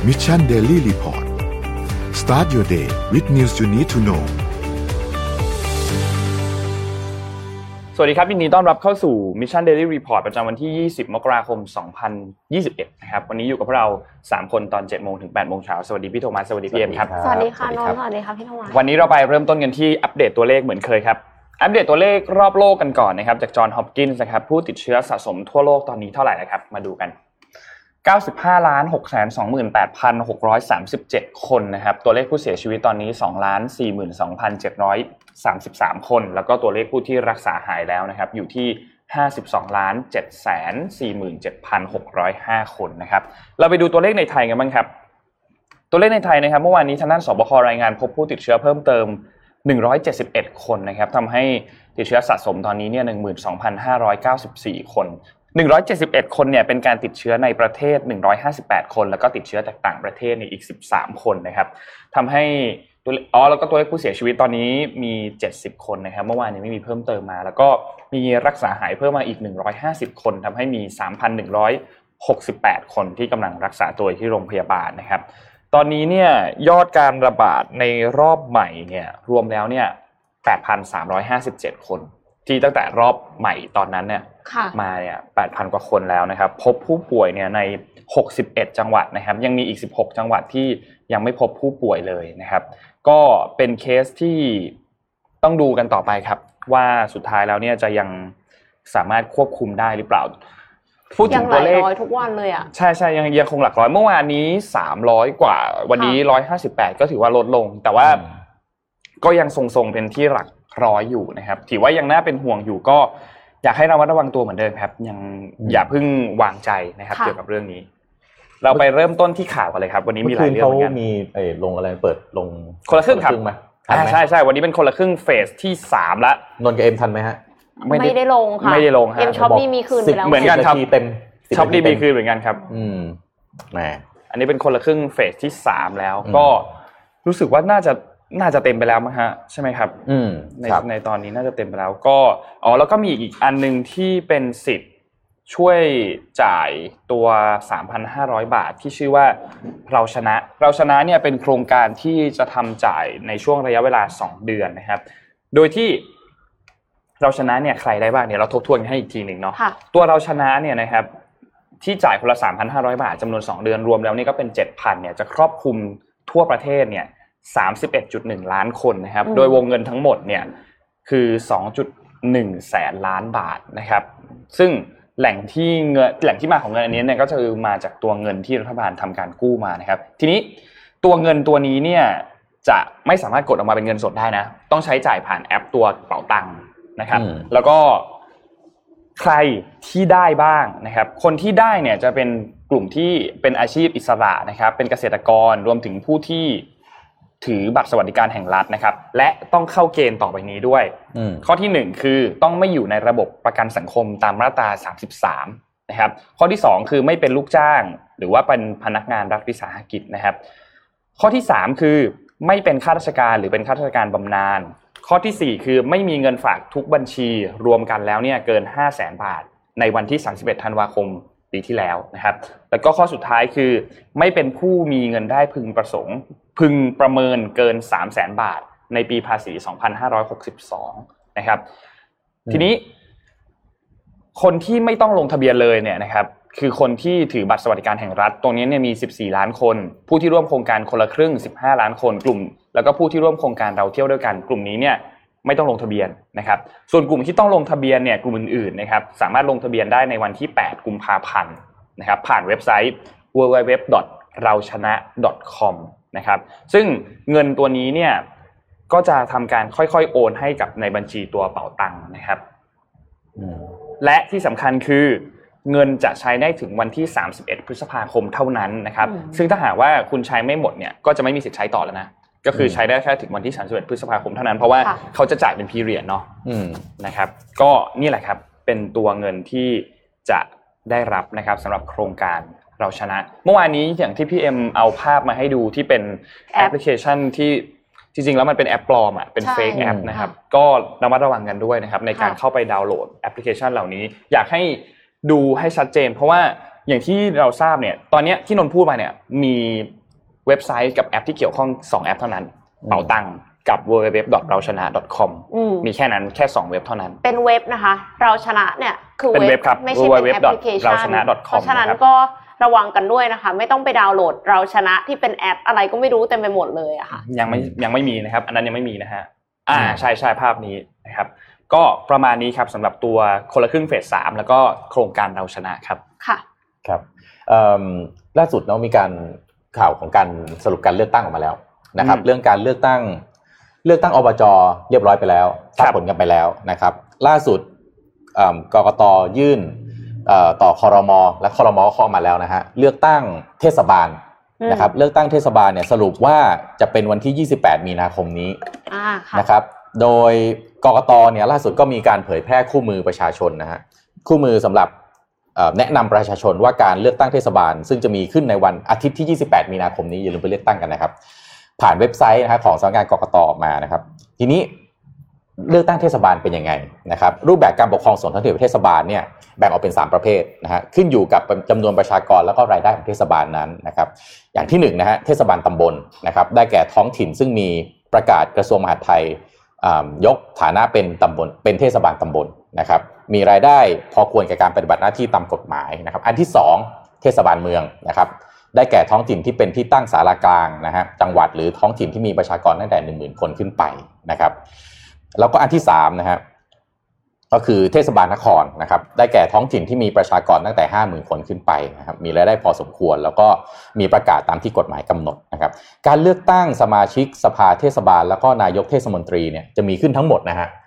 Mission Daily Report Start your day with news you need to know สวัสดีครับยินดีต้อนรับเข้าสู่ Mission Daily Report ประจำวันที่20มกราคม2021นะครับวันนี้อยู่กับพวกเรา3คนตอน 7:00 นถึง 8:00 นสวัสดีพี่โทมัสสวัสดีพี่เอ็มครับสวัสดีค่ะนนท์สวัสดีค่ะพี่โทมัสวันนี้เราไปเริ่มต้นกันที่อัปเดตตัวเลขเหมือนเคยครับอัปเดตตัวเลขรอบโลกกันก่อนนะครับจากจอห์นฮอปกินส์นะครับผู้ติดเชื้อสะสมทั่วโลกตอนนี้เท่าไหร่นะครับมาดูกัน95,628,637 คนนะครับตัวเลขผู้เสียชีวิตตอนนี้ 242,733 คนแล้วก็ตัวเลขผู้ที่รักษาหายแล้วนะครับอยู่ที่ 52,747,605 คนนะครับเราไปดูตัวเลขในไทยกันบ้างครับตัวเลขในไทยนะครับเมื่อวานนี้ทางด้านสบครายงานพบผู้ติดเชื้อเพิ่มเติม171คนนะครับทำให้ติดเชื้อสะสมตอนนี้เนี่ย 12,594 คน171คนเนี่ยเป็นการติดเชื้อในประเทศ158คนแล้วก็ติดเชื้อจากต่างประเทศในอีก13คนนะครับทำให้แล้วก็ตัวเลขผู้เสียชีวิตตอนนี้มี70คนนะครับเมื่อวานนี้ไม่มีเพิ่มเติมมาแล้วก็มีรักษาหายเพิ่มมาอีก150คนทำให้มี 3,168 คนที่กำลังรักษาตัวที่โรงพยาบาลนะครับตอนนี้เนี่ยยอดการระบาดในรอบใหม่เนี่ยรวมแล้วเนี่ย 8,357 คนที่ตั้งแต่รอบใหม่ตอนนั้นเนี่ยมาเนี่ย 8,000 กว่าคนแล้วนะครับพบผู้ป่วยเนี่ยใน61จังหวัดนะครับยังมีอีก16จังหวัดที่ยังไม่พบผู้ป่วยเลยนะครับก็เป็นเคสที่ต้องดูกันต่อไปครับว่าสุดท้ายแล้วเนี่ยจะยังสามารถควบคุมได้หรือเปล่าพูดถึงตัวเลขทุกวันเลยอ่ะใช่ๆยังคงหลักร้อยเมื่อวานนี้300กว่าวันนี้158ก็ถือว่าลดลงแต่ว่าก็ยังทรงๆเป็นที่หลักร้อยอยู่นะครับถือว่ายังน่าเป็นห่วงอยู่ก็อยากให้ระมัดระวังตัวเหมือนเดิมครับยังอย่าเพิ่งวางใจนะครับเกี่ยวกับเรื่องนี้เราไปเริ่มต้นที่ข่าวกันเลยครับวันนี้มีหลายเรื่องเหมือนกันมีลงอะไรเปิดลงคนละครึ่งครับใช่ๆวันนี้เป็นคนละครึ่งเฟสที่3ละนนท์กับเอ็มทันมั้ยฮะไม่ได้ลงค่ะไม่ได้ลงฮะเอ็มช็อปนี่มีคืนไปแล้วเหมือนกันครับเต็มช็อปนี่มีคืนเหมือนกันครับแหมอันนี้เป็นคนละครึ่งเฟสที่3แล้วก็รู้สึกว่าน่าจะเต็มไปแล้วมั้งฮะใช่ไหมครับในตอนนี้น่าจะเต็มไปแล้วก็แล้วก็มีอีกอันนึงที่เป็นสิทธิ์ช่วยจ่ายตัว 3,500 บาทที่ชื่อว่าเราชนะเนี่ยเป็นโครงการที่จะทำจ่ายในช่วงระยะเวลา2เดือนนะครับโดยที่เราชนะเนี่ยใครได้บ้างเนี่ยเราทบทวนให้อีกทีนึงเนาะตัวเราชนะเนี่ยนะครับที่จ่ายคนละ 3,500 บาทจำนวน2เดือนรวมแล้วนี่ก็เป็น 7,000 เนี่ยจะครอบคลุมทั่วประเทศเนี่ย31.1 ล้านคนนะครับโดยวงเงินทั้งหมดเนี่ยคือ 2.1 แสนล้านบาทนะครับซึ่งแหล่งที่มาของเงินอันนี้เนี่ยก็จะมาจากตัวเงินที่รัฐบาลทำการกู้มานะครับทีนี้ตัวเงินตัวนี้เนี่ยจะไม่สามารถกดออกมาเป็นเงินสดได้นะต้องใช้จ่ายผ่านแอปตัวเป๋าตังค์นะครับแล้วก็ใครที่ได้บ้างนะครับคนที่ได้เนี่ยจะเป็นกลุ่มที่เป็นอาชีพอิสระนะครับเป็นเกษตรกรรวมถึงผู้ที่ถือบัตรสวัสดิการแห่งรัฐนะครับและต้องเข้าเกณฑ์ต่อไปนี้ด้วยข้อที่1คือต้องไม่อยู่ในระบบประกันสังคมตามมาตรา33นะครับข้อที่2คือไม่เป็นลูกจ้างหรือว่าเป็นพนักงานรัฐวิสาหกิจนะครับข้อที่3คือไม่เป็นข้าราชการหรือเป็นข้าราชการบำนาญข้อที่4คือไม่มีเงินฝากทุกบัญชีรวมกันแล้วเนี่ยเกิน 500,000 บาทในวันที่31ธันวาคมปีที่แล้วนะครับแล้วก็ข้อสุดท้ายคือไม่เป็นผู้มีเงินได้พึงประเมินเกิน 300,000 บาทในปีภาษี2562นะครับทีนี้คนที่ไม่ต้องลงทะเบียนเลยเนี่ยนะครับคือคนที่ถือบัตรสวัสดิการแห่งรัฐตรงนี้เนี่ยมี14ล้านคนผู้ที่ร่วมโครงการคนละครึ่ง15ล้านคนกลุ่มแล้วก็ผู้ที่ร่วมโครงการเราเที่ยวด้วยกันกลุ่มนี้เนี่ยไม่ต้องลงทะเบียนนะครับส่วนกลุ่มที่ต้องลงทะเบียนเนี่ยกลุ่มอื่นๆนะครับสามารถลงทะเบียนได้ในวันที่8กุมภาพันธ์นะครับผ่านเว็บไซต์ www.rauchana.com นะครับซึ่งเงินตัวนี้เนี่ยก็จะทำการค่อยๆโอนให้กับในบัญชีตัวเป๋าตังค์นะครับและที่สำคัญคือเงินจะใช้ได้ถึงวันที่31พฤษภาคมเท่านั้นนะครับซึ่งถ้าหากว่าคุณใช้ไม่หมดเนี่ยก็จะไม่มีสิทธิ์ใช้ต่อแล้วนะก็คือใช้ได้แค่ถึงวันที่31พฤษภาคมเท่านั้นเพราะว่าเขาจะจ่ายเป็นพีเรียดเนาะนะครับก็นี่แหละครับเป็นตัวเงินที่จะได้รับนะครับสำหรับโครงการเราชนะเมื่อวานนี้อย่างที่พี่เอ็มเอาภาพมาให้ดูที่เป็นแอปพลิเคชันที่จริงๆแล้วมันเป็นแอปปลอมอ่ะเป็นเฟคแอปนะครับก็ระมัดระวังกันด้วยนะครับในการเข้าไปดาวน์โหลดแอปพลิเคชันเหล่านี้อยากให้ดูให้ชัดเจนเพราะว่าอย่างที่เราทราบเนี่ยตอนนี้ที่นนท์พูดมาเนี่ยมีเว็บไซต์กับแอปที่เกี่ยวข้อง2แอปเท่านั้นเป๋าตังค์กับ www.rauchana.com มีแค่นั้นแค่2เว็บเท่านั้นเป็นเว็บนะคะเราชนะเนี่ยคือเว็บครับไม่ใช่เป็นแอปพลิเคชัน www.rauchana.com เพราะฉะนั้นก็ระวังกันด้วยนะคะไม่ต้องไปดาวน์โหลดเราชนะที่เป็นแอปอะไรก็ไม่รู้เต็มไปหมดเลยอะค่ะยังไม่มีนะครับอันนั้นยังไม่มีนะฮะใช่ภาพนี้นะครับก็ประมาณนี้ครับสำหรับตัวคนละครึ่งเฟส3แล้วก็โครงการเราชนะครับค่ะครับล่าสุดเนาะมีการข่าวของการสรุปการเลือกตั้งออกมาแล้วนะครับเรื่องการเลือกตั้งอบจ.เรียบร้อยไปแล้วทราบผลกันไปแล้วนะครับล่าสุดกกต.ยื่นต่อครม.และครม.ก็เข้ามาแล้วนะฮะเลือกตั้งเทศบาลนะครับเลือกตั้งเทศบาลเนี่ยสรุปว่าจะเป็นวันที่28มีนาคมนี้นะครับโดยกกต.เนี่ยล่าสุดก็มีการเผยแพร่คู่มือประชาชนนะฮะคู่มือสำหรับแนะนำประชาชนว่าการเลือกตั้งเทศบาลซึ่งจะมีขึ้นในวันอาทิตย์ที่28มีนาคมนี้อย่าลืมไปเลือกตั้งกันนะครับผ่านเว็บไซต์นะครับของสำนักงานกกต.ออกมานะครับทีนี้เลือกตั้งเทศบาลเป็นยังไงนะครับรูปแบบการปกครองส่วนท้องถิ่นเทศบาลเนี่ยแบ่งออกเป็น3ประเภทนะฮะขึ้นอยู่กับจำนวนประชากรแล้วก็รายได้ของเทศบาลนั้นนะครับอย่างที่1นะฮะเทศบาลตำบลนะครับได้แก่ท้องถิ่นซึ่งมีประกาศกระทรวงมหาดไทยยกฐานะเป็นตำบลเป็นเทศบาลตำบลนะครับมีรายได้พอควรแก่การปฏิบัติหน้าที่ตามกฎหมายนะครับอันที่2เทศบาลเมืองนะครับได้แก่ท้องถิ่นที่เป็นที่ตั้งศาลากลางนะฮะจังหวัดหรือท้องถิ่นที่มีประชากรตั้งแต่ 10,000 คนขึ้นไปนะครับแล้วก็อันที่3นะฮะก็คือเทศบาลนครนะครับได้แก่ท้องถิ่นที่มีประชากรตั้งแต่ 50,000 คนขึ้นไปนะครับมีรายได้พอสมควรแล้วก็มีประกาศตามที่กฎหมายกำหนดนะครับการเลือกตั้งสมาชิกสภาเทศบาลแล้วก็นายกเทศมนตรีเนี่ยจะมีขึ้นทั้งหมดนะฮะ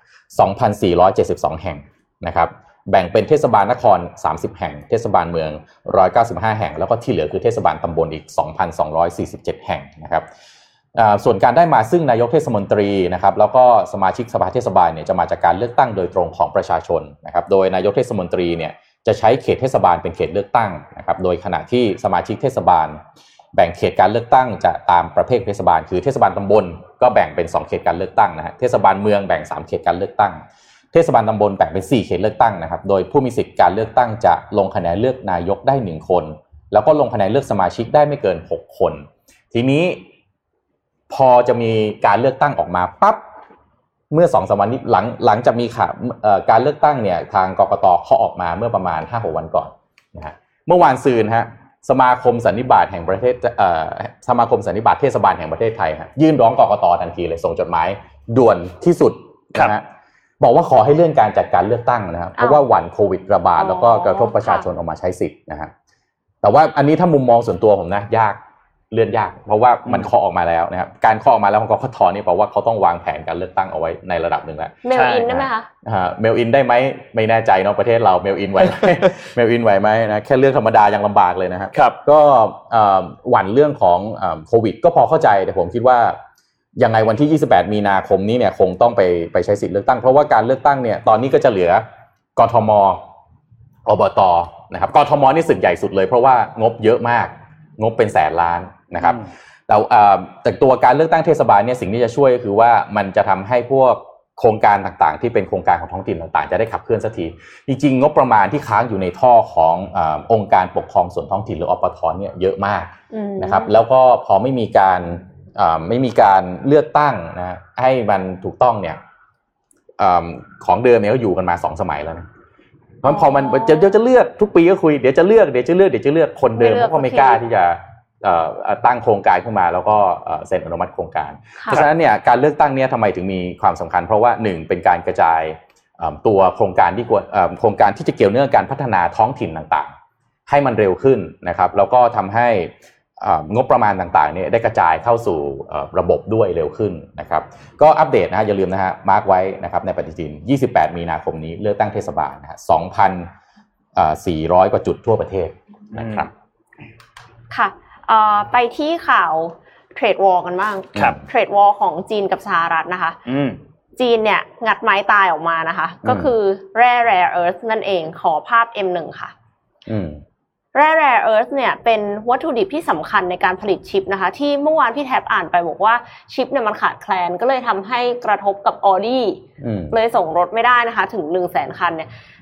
2,472 แห่งนะครับแบ่งเป็นเทศบาลนคร30แห่งเทศบาลเมือง195แห่งแล้วก็ที่เหลือคือเทศบาลตำบลอีก 2,247 แห่งนะครับส่วนการได้มาซึ่งนายกเทศมนตรีนะครับแล้วก็สมาชิกสภาเทศบาลเนี่ยจะมาจากการเลือกตั้งโดยตรงของประชาชนนะครับโดยนายกเทศมนตรีเนี่ยจะใช้เขตเทศบาลเป็นเขตเลือกตั้งนะครับโดยขณะที่สมาชิกเทศบาลแบ่งเขตการเลือกตั้งจะตามประเภทเทศบาลคือเทศบาลตำบลก็แบ่งเป็น2เขตการเลือกตั้งนะฮะเทศบาลเมืองแบ่ง3เขตการเลือกตั้งเทศบาลตำบลแบ่งเป็น4เขตเลือกตั้งนะครับโดยผู้มีสิทธิ์การเลือกตั้งจะลงคะแนนเลือกนายกได้1คนแล้วก็ลงคะแนนเลือกสมาชิกได้ไม่เกิน6คนทีนี้พอจะมีการเลือกตั้งออกมาปั๊บเมื่อ 2-3 วันนี้หลังจากมีการเลือกตั้งเนี่ยทางกกต.เขาออกมาเมื่อประมาณ 5-6 วันก่อนนะฮะเมื่อวานซืนฮะสมาคมสันนิบาตแห่งประเทศสมาคมสันนิบาตเทศบาลแห่งประเทศไทยฮะยื่นร้องกกต.ทันทีเลยส่งจดหมายด่วนที่สุดนะฮะบอกว่าขอให้เลื่อนการจัดการเลือกตั้งนะครับเพราะว่าหวั่นโควิดระบาดแล้วก็กระทบประชาชนออกมาใช้สิทธิ์นะฮะแต่ว่าอันนี้ถ้ามุมมองส่วนตัวผมนะยากเลื่อนยากเพราะว่ามันเคาะออกมาแล้วนะครับการเคาะออกมาแล้วของกกต.นี่แปลว่าเขาต้องวางแผนการเลือกตั้งเอาไว้ในระดับหนึ่งแล้วเมลอินได้ไหมคะเมลอินได้ไหมไม่แน่ใจเนาะประเทศเราเมลอินไหวไหมเมลอินไหวไหมนะแค่เรื่องธรรมดายังลำบากเลยนะครับก็หวั่นเรื่องของโควิดก็พอเข้าใจแต่ผมคิดว่ายังไงวันที่28มีนาคมนี้เนี่ยคงต้องไปใช้สิทธิ์เลือกตั้งเพราะว่าการเลือกตั้งเนี่ยตอนนี้ก็จะเหลือกทม.อบต.นะครับกทม.นี่สึกใหญ่สุดเลยเพราะว่างบเยอะมากงบเป็นแสนล้านนะครับแต่ตัวการเลือกตั้งเทศบาลเนี่ยสิ่งที่จะช่วยก็คือว่ามันจะทำให้พวกโครงการต่างๆที่เป็นโครงการของท้องถิ่นต่างๆจะได้ขับเคลื่อนสักทีจริงๆงบประมาณที่ค้างอยู่ในท่อขององค์การปกครองส่วนท้องถิ่นหรืออปท.เนี่ยเยอะมากนะครับแล้วก็พอไม่มีการเลือกตั้งนะให้มันถูกต้องเนี่ยของเดิมเนี่ยก็อยู่กันมา2สมัยแล้วนะเพราะพอมันเดี๋ยวจะเลือกทุกปีก็คุยเดี๋ยวจะเลือกคนเดิมก็ไม่กล้าที่จะตั้งโครงการขึ้นมาแล้วก็เซ็นอนุมัติโครงการเพราะฉะนั้นเนี่ยการเลือกตั้งเนี่ยทำไมถึงมีความสำคัญเพราะว่า1เป็นการกระจายตัวโครงการที่จะเกี่ยวเนื่องการพัฒนาท้องถิ่นต่างๆให้มันเร็วขึ้นนะครับแล้วก็ทำให้งบประมาณต่างๆเนี่ยได้กระจายเข้าสู่ระบบด้วยเร็วขึ้นนะครับก็อัปเดตนะฮะอย่าลืมนะฮะมาร์คไว้นะครับในปฏิทิน28มีนาคมนี้เลือกตั้งเทศบาลนะฮะ 2,400 กว่าจุดทั่วประเทศนะครับค่ะไปที่ข่าวเทรดวอร์กันบ้างเทรดวอร์ของจีนกับสหรัฐนะคะจีนเนี่ยงัดไม้ตายออกมานะคะก็คือแร่ rare earth นั่นเองขอภาพ M1 ค่ะแร่ rare earth เนี่ยเป็นวัตถุดิบที่สำคัญในการผลิตชิปนะคะที่เมื่อวานพี่แท็บอ่านไปบอกว่าชิปเนี่ยมันขาดแคลนก็เลยทำให้กระทบกับ Audi เลยส่งรถไม่ได้นะคะถึง 100,000 คันเนี่ย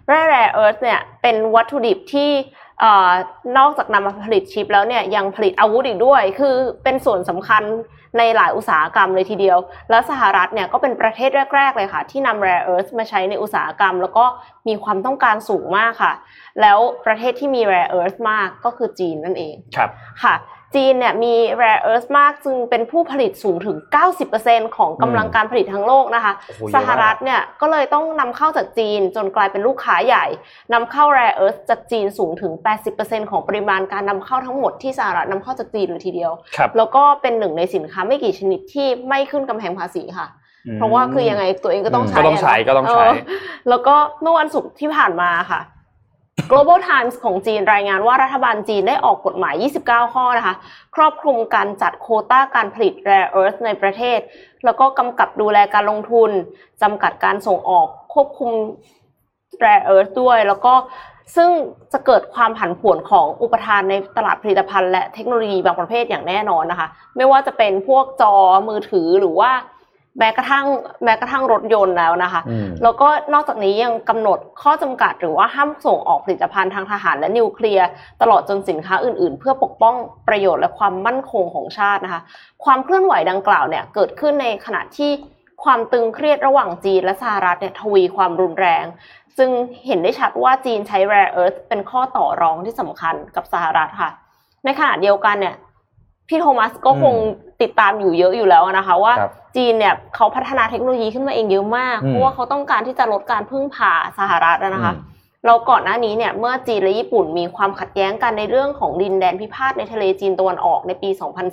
แร่ rare earth เนี่ยเป็นวัตถุดิบที่นอกจากนำมาผลิตชิปแล้วเนี่ยยังผลิตอาวุธอีกด้วยคือเป็นส่วนสำคัญในหลายอุตสาหกรรมเลยทีเดียวแล้วสหรัฐเนี่ยก็เป็นประเทศแรกๆเลยค่ะที่นำ rare earth มาใช้ในอุตสาหกรรมแล้วก็มีความต้องการสูงมากค่ะแล้วประเทศที่มี rare earth มากก็คือจีนนั่นเองครับค่ะจีนเนี่ยมี rare earth มากจึงเป็นผู้ผลิตสูงถึง 90% ของกำลังการผลิตทั้งโลกนะคะสหรัฐเนี่ยก็เลยต้องนำเข้าจากจีนจนกลายเป็นลูกค้าใหญ่นำเข้า rare earth จากจีนสูงถึง 80% ของปริมาณการนำเข้าทั้งหมดที่สหรัฐนำเข้าจากจีนเลยทีเดียวแล้วก็เป็นหนึ่งในสินค้าไม่กี่ชนิดที่ไม่ขึ้นกำแพงภาษีค่ะเพราะว่าคือยังไงตัวเองก็ต้องใช้แล้วก็เมื่อวันศุกร์ที่ผ่านมาค่ะGlobal Times ของจีนรายงานว่ารัฐบาลจีนได้ออกกฎหมาย29ข้อนะคะครอบคลุมการจัดโควต้าการผลิต rare earth ในประเทศแล้วก็กำกับดูแลการลงทุนจำกัดการส่งออกควบคุม rare earth ด้วยแล้วก็ซึ่งจะเกิดความผันผวนของอุปทานในตลาดผลิตภัณฑ์และเทคโนโลยีบางประเภทอย่างแน่นอนนะคะไม่ว่าจะเป็นพวกจอมือถือหรือว่าแม้กระทั่งรถยนต์แล้วนะคะแล้วก็นอกจากนี้ยังกำหนดข้อจำกัดหรือว่าห้ามส่งออกผลิตภัณฑ์ทางทหารและนิวเคลียร์ตลอดจนสินค้าอื่นๆเพื่อปกป้องประโยชน์และความมั่นคงของชาตินะคะความเคลื่อนไหวดังกล่าวเนี่ยเกิดขึ้นในขณะที่ความตึงเครียดระหว่างจีนและสหรัฐเนี่ยทวีความรุนแรงจึงเห็นได้ชัดว่าจีนใช้ rare earth เป็นข้อต่อรองที่สำคัญกับสหรัฐค่ะในขณะเดียวกันเนี่ยพี่โทมัสก็คงติดตามอยู่เยอะอยู่แล้วนะคะว่าจีนเนี่ยเขาพัฒนาเทคโนโลยีขึ้นมาเองเยอะมากเพราะว่าเขาต้องการที่จะลดการพึ่งพาสหรัฐนะคะเราก่อนหน้านี้เนี่ยเมื่อจีนและญี่ปุ่นมีความขัดแย้งกันในเรื่องของดินแดนพิพาทในทะเลจีนตะวันออกในปี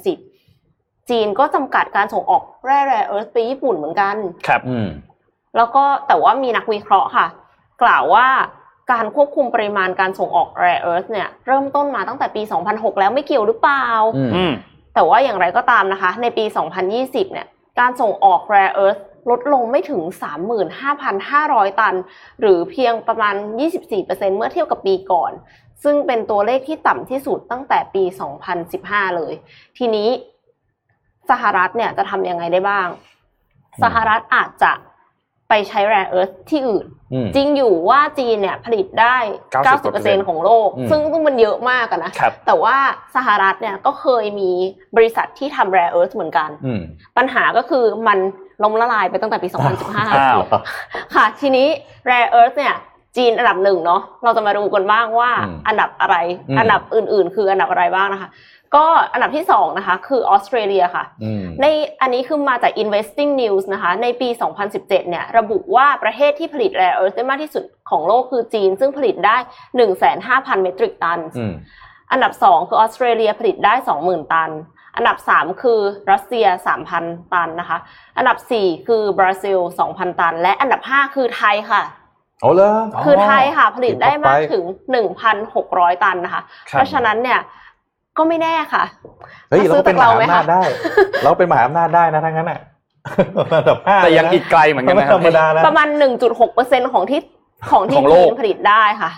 2010จีนก็จำกัดการส่งออกแร่ rare earth ไปญี่ปุ่นเหมือนกันครับแล้วก็แต่ว่ามีนักวิเคราะห์ค่ะกล่าวว่าการควบคุมปริมาณการส่งออก rare earth เนี่ยเริ่มต้นมาตั้งแต่ปี2006แล้วไม่เกี่ยวหรือเปล่าแต่ว่าอย่างไรก็ตามนะคะในปี2020เนี่ยการส่งออก rare earth ลดลงไม่ถึง 35,500 ตันหรือเพียงประมาณ 24% เมื่อเทียบกับปีก่อนซึ่งเป็นตัวเลขที่ต่ำที่สุดตั้งแต่ปี2015เลยทีนี้สหรัฐเนี่ยจะทำยังไงได้บ้างสหรัฐอาจจะไปใช้ rare earth ที่อื่นจริงอยู่ว่าจีนเนี่ยผลิตได้ 90% ของโลกซึ่งมันเยอะมากนะแต่ว่าสหรัฐเนี่ยก็เคยมีบริษัทที่ทำ rare earth เหมือนกันปัญหาก็คือมันล้มละลายไปตั้งแต่ปี2015ค่ะทีนี้ rare earth เนี่ยจีนอันดับ1เนาะเราจะมาดูกันบ้างว่าอันดับอะไรอันดับอื่นๆคืออันดับอะไรบ้างนะคะก็อันดับที่2นะคะคือออสเตรเลียค่ะในอันนี้คือมาจาก Investing News นะคะในปี2017เนี่ยระบุว่าประเทศที่ผลิต rare earth ได้มากที่สุดของโลกคือจีนซึ่งผลิตได้ 15,000 เมตริกตันอันดับ2คือออสเตรเลียผลิตได้ 20,000 ตันอันดับ3คือรัสเซีย 3,000 ตันนะคะอันดับ4คือบราซิล 2,000 ตันและอันดับ5คือไทยค่ะคือไทยค่ะผลิตได้มากถึง 1,600 ตันนะคะเพราะฉะนั้นเนี่ยก็ไม่แน่ค่ะเฮ้ยเราเป็นมหาอำนาจได้เราเป็นมหาอำนาจได้นะทั้งนั้นน่ะแต่ยังอีกไกลเหมือนกันนะครับประมาณ 1.6% ของที่จีนผลิตได้ค่ะ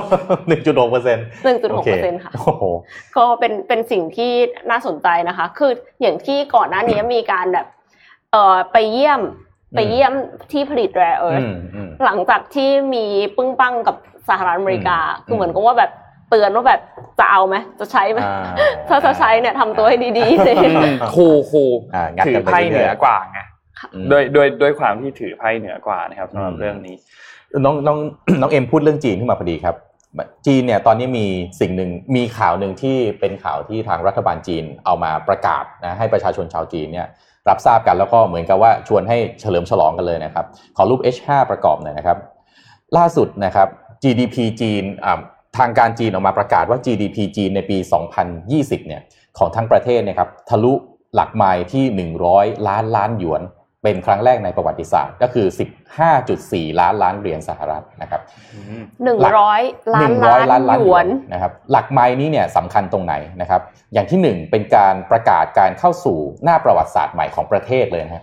1.6% ค่ะโอ้โหก็เป็นสิ่งที่น่าสนใจนะคะคืออย่างที่ก่อนหน้านี้มีการแบบไปเยี่ยมที่ผลิต rare earth หลังจากที่มีปึ้งปังกับสหรัฐอเมริกาคือเหมือนกับว่าแบบเตือนว่าแบบจะเอาไหมจะใช้ไหมถ้าจะใช้เนี่ยทำตัวให้ดีๆสิคูถือไพ่เหนือกว่าไงด้วยความที่ถือไพ่เหนือกว่านะครับสำหรับเรื่องนี้น้องเอ็มพูดเรื่องจีนขึ้นมาพอดีครับจีนเนี่ยตอนนี้มีสิ่งหนึ่งมีข่าวหนึ่งที่เป็นข่าวที่ทางรัฐบาลจีนเอามาประกาศนะให้ประชาชนชาวจีนเนี่ยรับทราบกันแล้วก็เหมือนกับว่าชวนให้เฉลิมฉลองกันเลยนะครับขอรูป H5 ประกอบหน่อยนะครับล่าสุดนะครับ GDP จีนทางการจีนออกมาประกาศว่า GDP จีนในปี2020เนี่ยของทั้งประเทศเนี่ยครับทะลุหลักไมล์ที่100ล้านหยวนเป็นครั้งแรกในประวัติศาสตร์ก็คือ 15.4 ล้านเหรียญสหรัฐนะครับ 100ล้านหยวนนะครับหลักไมล์นี้เนี่ยสำคัญตรงไหนนะครับอย่างที่1เป็นการประกาศการเข้าสู่หน้าประวัติศาสตร์ใหม่ของประเทศเลยนะครับ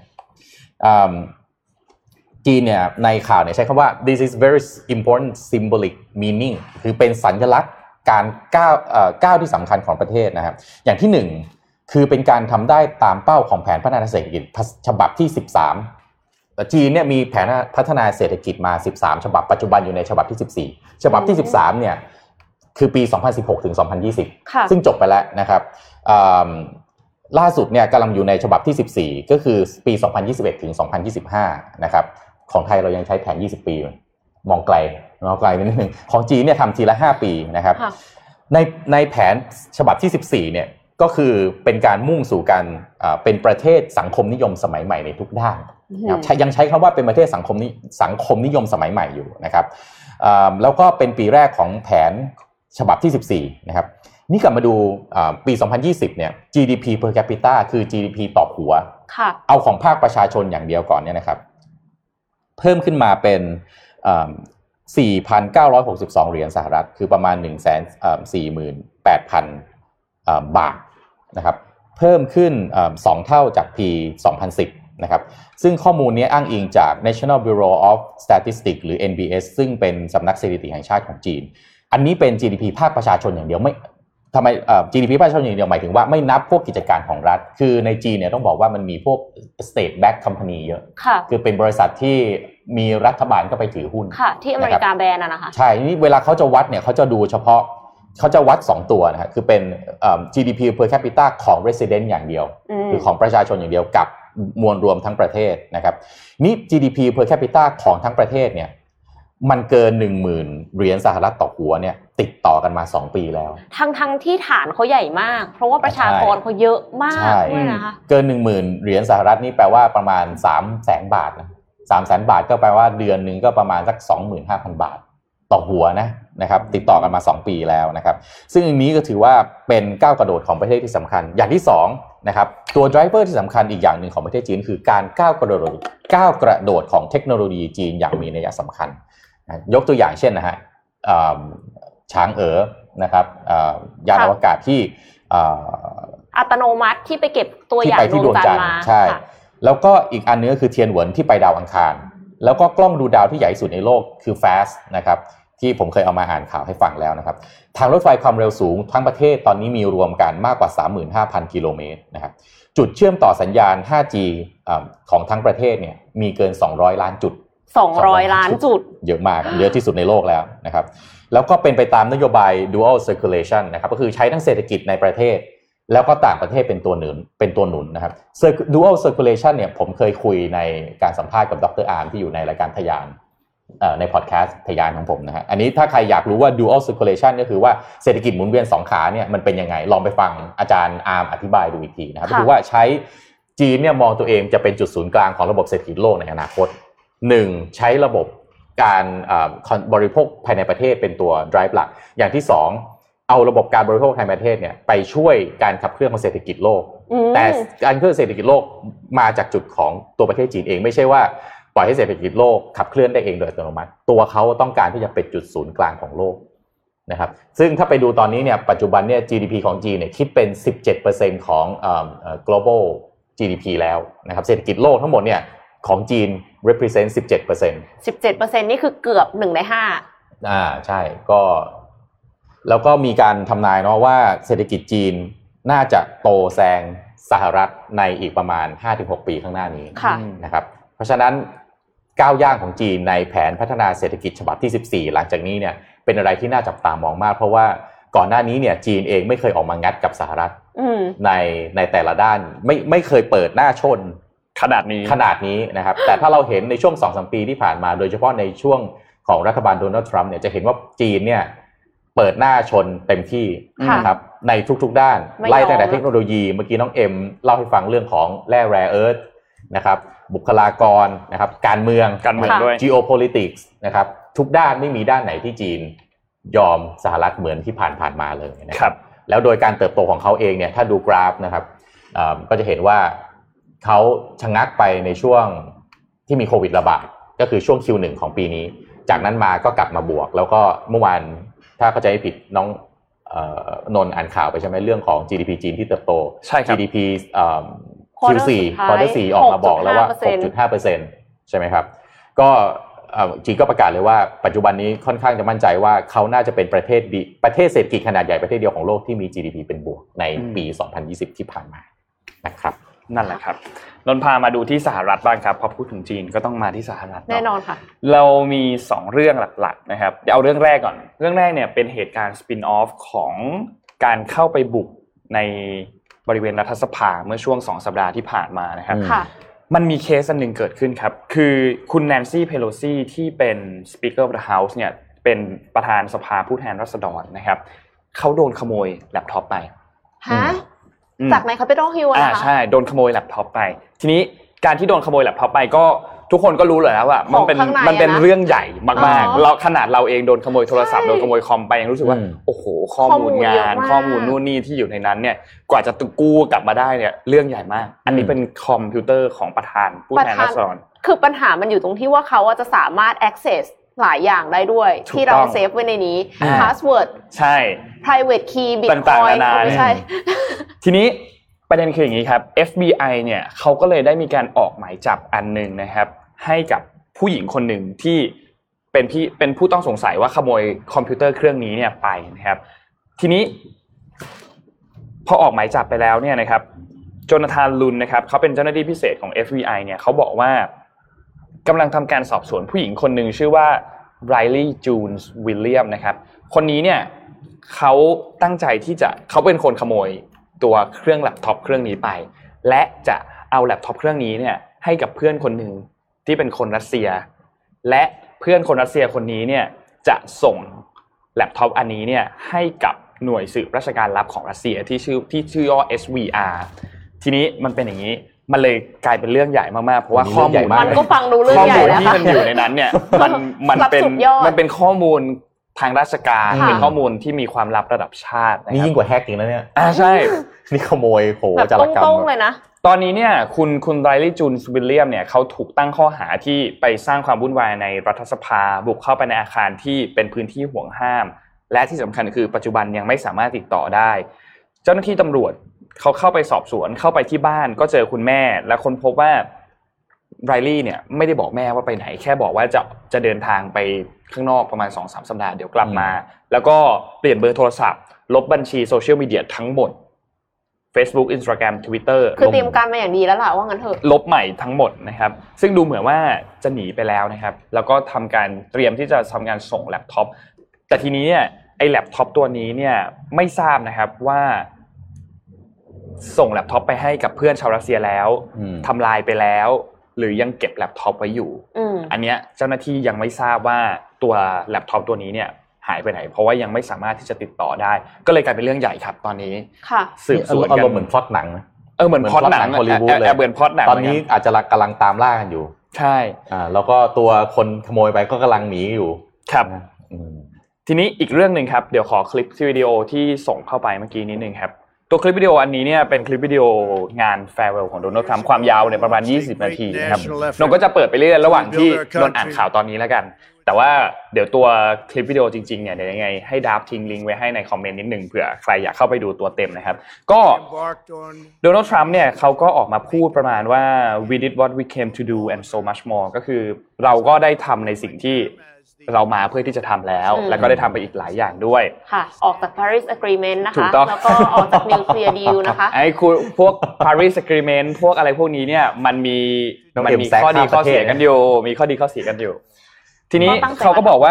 จีนเนี่ยในข่าวเนี่ยใช้คำว่า this is very important symbolic meaning คือเป็นสัญลักษณ์การก้าวที่สำคัญของประเทศนะครับอย่างที่1คือเป็นการทำได้ตามเป้าของแผนพัฒนาเศรษฐกิจฉบับที่13 จีนเนี่ยมีแผนพัฒนาเศรษฐกิจมา13ฉบับปัจจุบันอยู่ในฉบับที่14ฉบับที่13เนี่ยคือปี2016ถึง2020ซึ่งจบไปแล้วนะครับล่าสุดเนี่ยกำลังอยู่ในฉบับที่14ก็คือปี2021ถึง2025นะครับของไทยเรายังใช้แผน20ปีมองไกลนิดนึงของจีนเนี่ยทำทีละ5ปีนะครับในแผนฉบับที่14เนี่ยก็คือเป็นการมุ่งสู่การเป็นประเทศสังคมนิยมสมัยใหม่ในทุกด้านนะครับยังใช้คำว่าเป็นประเทศสังคมนิยมสมัยใหม่อยู่นะครับแล้วก็เป็นปีแรกของแผนฉบับที่14นะครับนี่กลับมาดูปี2020เนี่ย GDP per capita คือ GDP ต่อหัวเอาของภาคประชาชนอย่างเดียวก่อนเนี่ยนะครับเพิ่มขึ้นมาเป็น4,962 เหรียญสหรัฐคือประมาณ 148,000 บาทนะครับเพิ่มขึ้น2เท่าจากปี2010นะครับซึ่งข้อมูลนี้อ้างอิงจาก National Bureau of Statistics หรือ NBS ซึ่งเป็นสำนักสถิติแห่งชาติของจีนอันนี้เป็น GDP ภาคประชาชนอย่างเดียวไม่ทำไมGDP ภาคประชาชนอย่างเดียวหมายถึงว่าไม่นับพวกกิจการของรัฐคือในจีนเนี่ยต้องบอกว่ามันมีพวก state backed company เยอะคือเป็นบริษัทที่มีรัฐบาลก็ไปถือหุ้นค่ะที่อเมริกาแบนนะคะใช่นี่เวลาเขาจะวัดเนี่ยเขาจะดูเฉพาะเขาจะวัด2ตัวนะฮะคือเป็นGDP per capita ของ resident อย่างเดียวคือของประชาชนอย่างเดียวกับมวลรวมทั้งประเทศนะครับนี่ GDP per capita ของทั้งประเทศเนี่ยมันเกิน 10,000 เหรียญสหรัฐต่อหัวเนี่ยติดต่อกันมา2ปีแล้วทั้งที่ฐานเขาใหญ่มากเพราะว่าประชากรเขาเยอะมากด้วยนะคะเกิน 10,000 เหรียญสหรัฐนี่แปลว่าประมาณ 300,000 บาทนะ 300,000 บาทก็แปลว่าเดือนนึงก็ประมาณสัก 25,000 บาทต่อหัวนะครับติดต่อกันมา2ปีแล้วนะครับซึ่งอันนี้ก็ถือว่าเป็นก้าวกระโดดของประเทศที่สำคัญอย่างที่2นะครับตัว driver ที่สำคัญอีกอย่างหนึ่งของประเทศจีนคือการก้าวกระโดดของเทคโนโลยีจีนอย่างมีนัยสำคัญยกตัวอย่างเช่นนะฮะช้างนะครับยานอวกาศที่อัตโนมัติที่ไปเก็บตัวอย่างดวงจันทร์มาใช่แล้วก็อีกอันนึงก็คือเทียนเหวินที่ไปดาวอังคารแล้วก็กล้องดูดาวที่ใหญ่สุดในโลกคือ FAST นะครับที่ผมเคยเอามาอ่านข่าวให้ฟังแล้วนะครับทางรถไฟความเร็วสูงทั้งประเทศตอนนี้มีรวมกันมากกว่า 35,000 กิโลเมตรนะครับจุดเชื่อมต่อสัญญาณ 5G ของทั้งประเทศเนี่ยมีเกิน200ล้านจุด 200ล้านจุดเยอะมากเยอะที่สุดในโลกแล้วนะครับแล้วก็เป็นไปตามนโยบาย dual circulation นะครับก็คือใช้ทั้งเศรษฐกิจในประเทศแล้วก็ต่างประเทศเป็นตัวหนุนนะครับ dual circulation เนี่ยผมเคยคุยในการสัมภาษณ์กับดร.อาร์มที่อยู่ในรายการทะยานในพอดแคสต์ทะยานของผมนะฮะอันนี้ถ้าใครอยากรู้ว่า dual circulation ก็คือว่าเศรษฐกิจหมุนเวียน2ขาเนี่ยมันเป็นยังไงลองไปฟังอาจารย์อาร์มอธิบายดูอีกทีนะครับคือว่าใช้จีนเนี่ยมองตัวเองจะเป็นจุดศูนย์กลางของระบบเศรษฐกิจโลกในอนาคต1ใช้ระบบการบริโภคภายในประเทศเป็นตัว drive หลักอย่างที่2เอาระบบการบริโภคภายในประเทศเนี่ยไปช่วยการขับเคลื่อนของเศรษฐกิจโลกแต่การเคลื่อนเศรษฐกิจโลกมาจากจุดของตัวประเทศจีนเองไม่ใช่ว่าปล่อยให้เศรษฐกิจโลกขับเคลื่อนได้เองโดยอัตโนมัติตัวเขาต้องการที่จะเป็นจุดศูนย์กลางของโลกนะครับซึ่งถ้าไปดูตอนนี้เนี่ยปัจจุบันเนี่ย GDP ของจีนเนี่ยคิดเป็น 17% ของglobal GDP แล้วนะครับเศรษฐกิจโลกทั้งหมดเนี่ยของจีน represent 17% นี่คือเกือบ1ใน5 ใช่ก็แล้วก็มีการทำนายเนาะว่าเศรษฐกิจจีนน่าจะโตแซงสหรัฐในอีกประมาณ 5-6 ปีข้างหน้านี้นะครับเพราะฉะนั้นก้าวย่างของจีนในแผนพัฒนาเศรษฐกิจฉบับที่14หลังจากนี้เนี่ยเป็นอะไรที่น่าจับตามองมากเพราะว่าก่อนหน้านี้เนี่ยจีนเองไม่เคยออกมางัดกับสหรัฐในแต่ละด้านไม่เคยเปิดหน้าชนขนาดนี้นะครับแต่ถ้าเราเห็นในช่วง 2-3 ปีที่ผ่านมาโดยเฉพาะในช่วงของรัฐบาลโดนัลด์ทรัมป์เนี่ยจะเห็นว่าจีนเนี่ยเปิดหน้าชนเต็มที่นะครับในทุกๆด้านไล่ตั้งแต่เทคโนโลยีเมื่อกี้น้องเอ็มเล่าให้ฟังเรื่องของแร่แรร์เอิร์ธนะครับบุคลากรนะครับการเมืองด้วย geopolitics นะครับทุกด้านไม่มีด้านไหนที่จีนยอมสหรัฐเหมือนที่ผ่านมาเลยนะครับแล้วโดยการเติบโตของเขาเองเนี่ยถ้าดูกราฟนะครับก็จะเห็นว่าเขาชะงักไปในช่วงที่มีโควิดระบาดก็คือช่วง Q1 ของปีนี้จากนั้นมาก็กลับมาบวกแล้วก็เมื่อวานถ้าเข้าใจไม่ผิดน้องนนท์อ่านข่าวไปใช่ไหมเรื่องของ GDP จีนที่เติบโต GDP Q4 Quarter 4ออกมาบอกแล้วว่า 6.5% ใช่ไหมครับก็จีนก็ประกาศเลยว่าปัจจุบันนี้ค่อนข้างจะมั่นใจว่าเขาน่าจะเป็นประเทศเศรษฐกิจขนาดใหญ่ประเทศเดียวของโลกที่มี GDP เป็นบวกในปี 2020 ที่ผ่านมานะครับนั่นแหละครับนนพามาดูที่สหรัฐบ้างครับพอพูดถึงจีนก็ต้องมาที่สหรัฐแน่นอนค่ะเรามี2เรื่องหลักๆนะครับเดี๋ยวเอาเรื่องแรกก่อนเรื่องแรกเนี่ยเป็นเหตุการณ์สปินออฟของการเข้าไปบุกในบริเวณรัฐสภาเมื่อช่วง2สัปดาห์ที่ผ่านมานะครับมันมีเคสอันนึงเกิดขึ้นครับคือคุณแนนซี่เพโลซีที่เป็น Speaker of the House เนี่ยเป็นประธานสภาผู้แทนราษฎรนะครับเขาโดนขโมยแล็ปท็อปไปฮะจากใน Capitol Hill นะคะใช่โดนขโมยแล็ปท็อปไปทีนี้การที่โดนขโมยแล็ปท็อปไปก็ทุกคนก็รู้เลยแล้วว่ามันเป็นเรื่องใหญ่มากๆเราขนาดเราเองโดนขโมยโทรศัพท์โดนขโมยคอมไปยังรู้สึกว่าโอ้โหข้อมูลงานข้อมูลนู่นนี่ที่อยู่ในนั้นเนี่ยกว่าจะกู้กลับมาได้เนี่ยเรื่องใหญ่มากอันนี้เป็นคอมพิวเตอร์ของประธานผู้แทนราษฎรคือปัญหามันอยู่ตรงที่ว่าเขาจะสามารถ access หลายอย่างได้ด้วยที่เราเซฟไว้ในนี้ password ใช่ private key bitcoin ไม่ใช่ทีนี้ประเด็นคืออย่างนี้ครับ FBI เนี่ยเขาก็เลยได้มีการออกหมายจับอันนึงนะครับให้กับผู้หญิงคนหนึ่งที่เป็นผู้ต้องสงสัยว่าขโมยคอมพิวเตอร์เครื่องนี้เนี่ยไปนะครับทีนี้พอออกหมายจับไปแล้วเนี่ยนะครับโจนาธานลุนนะครับเขาเป็นเจ้าหน้าที่พิเศษของ FBI เนี่ยเขาบอกว่ากำลังทำการสอบสวนผู้หญิงคนหนึ่งชื่อว่าไรลี่จูนส์วิลเลียมนะครับคนนี้เนี่ยเขาตั้งใจที่จะเขาเป็นคนขโมยตัวเครื่องแล็ปท็อปเครื่องนี้ไปและจะเอาแล็ปท็อปเครื่องนี้เนี่ยให้กับเพื่อนคนหนึ่งที่เป็นคนรัสเซียและเพื่อนคนรัสเซียคนนี้เนี่ยจะส่งแล็ปท็อปอันนี้เนี่ยให้กับหน่วยสืบราชการลับของรัสเซียที่ชื่อย่อ SVR ทีนี้มันเป็นอย่างนี้มันเลยกลายเป็นเรื่องใหญ่มากๆเพราะว่าข้อมูลมันก็ฟังดูเรื่องใหญ่นะคะข้อมูลที่มันอยู่ในนั้นเนี่ยมันเป็นข้อมูลทางราชการเป็นข้อมูลที่มีความลับระดับชาตินี่ยิ่งกว่าแฮกจริงนะเนี่ยใช่นี่ขโมยโหจารกรรมเลยนะตอนนี้เนี่ยคุณไรลี่จูนส์วิลเลียมเนี่ยเขาถูกตั้งข้อหาที่ไปสร้างความวุ่นวายในรัฐสภาบุกเข้าไปในอาคารที่เป็นพื้นที่ห่วงห้ามและที่สำคัญคือปัจจุบันยังไม่สามารถติดต่อได้เจ้าหน้าที่ตำรวจเขาเข้าไปสอบสวนเข้าไปที่บ้านก็เจอคุณแม่และค้นพบว่าไรลี่เนี่ยไม่ได้บอกแม่ว่าไปไหนแค่บอกว่าจะเดินทางไปข้างนอกประมาณ 2-3 สัปดาห์เดี๋ยวกลับมาแล้วก็เปลี่ยนเบอร์โทรศัพท์ลบบัญชีโซเชียลมีเดียทั้งหมด Facebook Instagram Twitter คือเตรียมการมาอย่างดีแล้วล่ะว่างั้นเถอะลบใหม่ทั้งหมดนะครับซึ่งดูเหมือนว่าจะหนีไปแล้วนะครับแล้วก็ทำการเตรียมที่จะทำการส่งแล็ปท็อปแต่ทีนี้เนี่ยไอ้แล็ปท็อปตัวนี้เนี่ยไม่ทราบนะครับว่าส่งแล็ปท็อปไปให้กับเพื่อนชาวรัสเซียแล้วทำลายไปแล้วหรือยังเก็บแล็ปท็อปไว้อยู่อันเนี้ยเจ้าหน้าที่ยังไม่ทราบว่าตัวแล็ปท็อปตัวนี้เนี่ยหายไปไหนเพราะว่ายังไม่สามารถที่จะติดต่อได้ก็เลยกลายเป็นเรื่องใหญ่ครับตอนนี้สืบสวนกันเหมือนพล็อตหนังเหมือนพล็อตหนังฮอลลีวูดเลยเหมือนพล็อตหนังตอนนี้อาจจะกำลังตามล่ากันอยู่ใช่แล้วก็ตัวคนขโมยไปก็กำลังหนีอยู่ครับทีนี้อีกเรื่องนึงครับเดี๋ยวขอคลิปวิดีโอที่ส่งเข้าไปเมื่อกี้นิดนึงครับตัวคลิปวิดีโออันนี้เนี่ยเป็นคลิปวิดีโองานแฟร์เวลของโดนัลด์ทรัมป์ความยาวเนี่ยประมาณ20นาทีนะครับนนก็จะเปิดไปเรื่อยๆระหว่างที่นนอ่านข่าวตอนนี้แล้วกันแต่ว่าเดี๋ยวตัวคลิปวิดีโอจริงๆเนี่ยเดี๋ยวยังไงให้ดับทิ้งลิงก์ไว้ให้ในคอมเมนต์นิดนึงเผื่อใครอยากเข้าไปดูตัวเต็มนะครับก็โดนัลด์ทรัมป์เนี่ยเขาก็ออกมาพูดประมาณว่า we did what we came to do and so much more ก็คือเราก็ได้ทำในสิ่งที่เรามาเพื่อที่จะทำแล้วก็ได้ทำไปอีกหลายอย่างด้วยค่ะออกจาก Paris Agreement นะคะแล้วก็ออกจาก Nuclear Deal นะคะไอ้คุณพวก Paris Agreement พวกอะไรพวกนี้เนี่ยมันมีข้อดีข้อเสียกันอยู่มีข้อดีข้อเสียกันอยู่ทีนี้เขาก็บอกว่า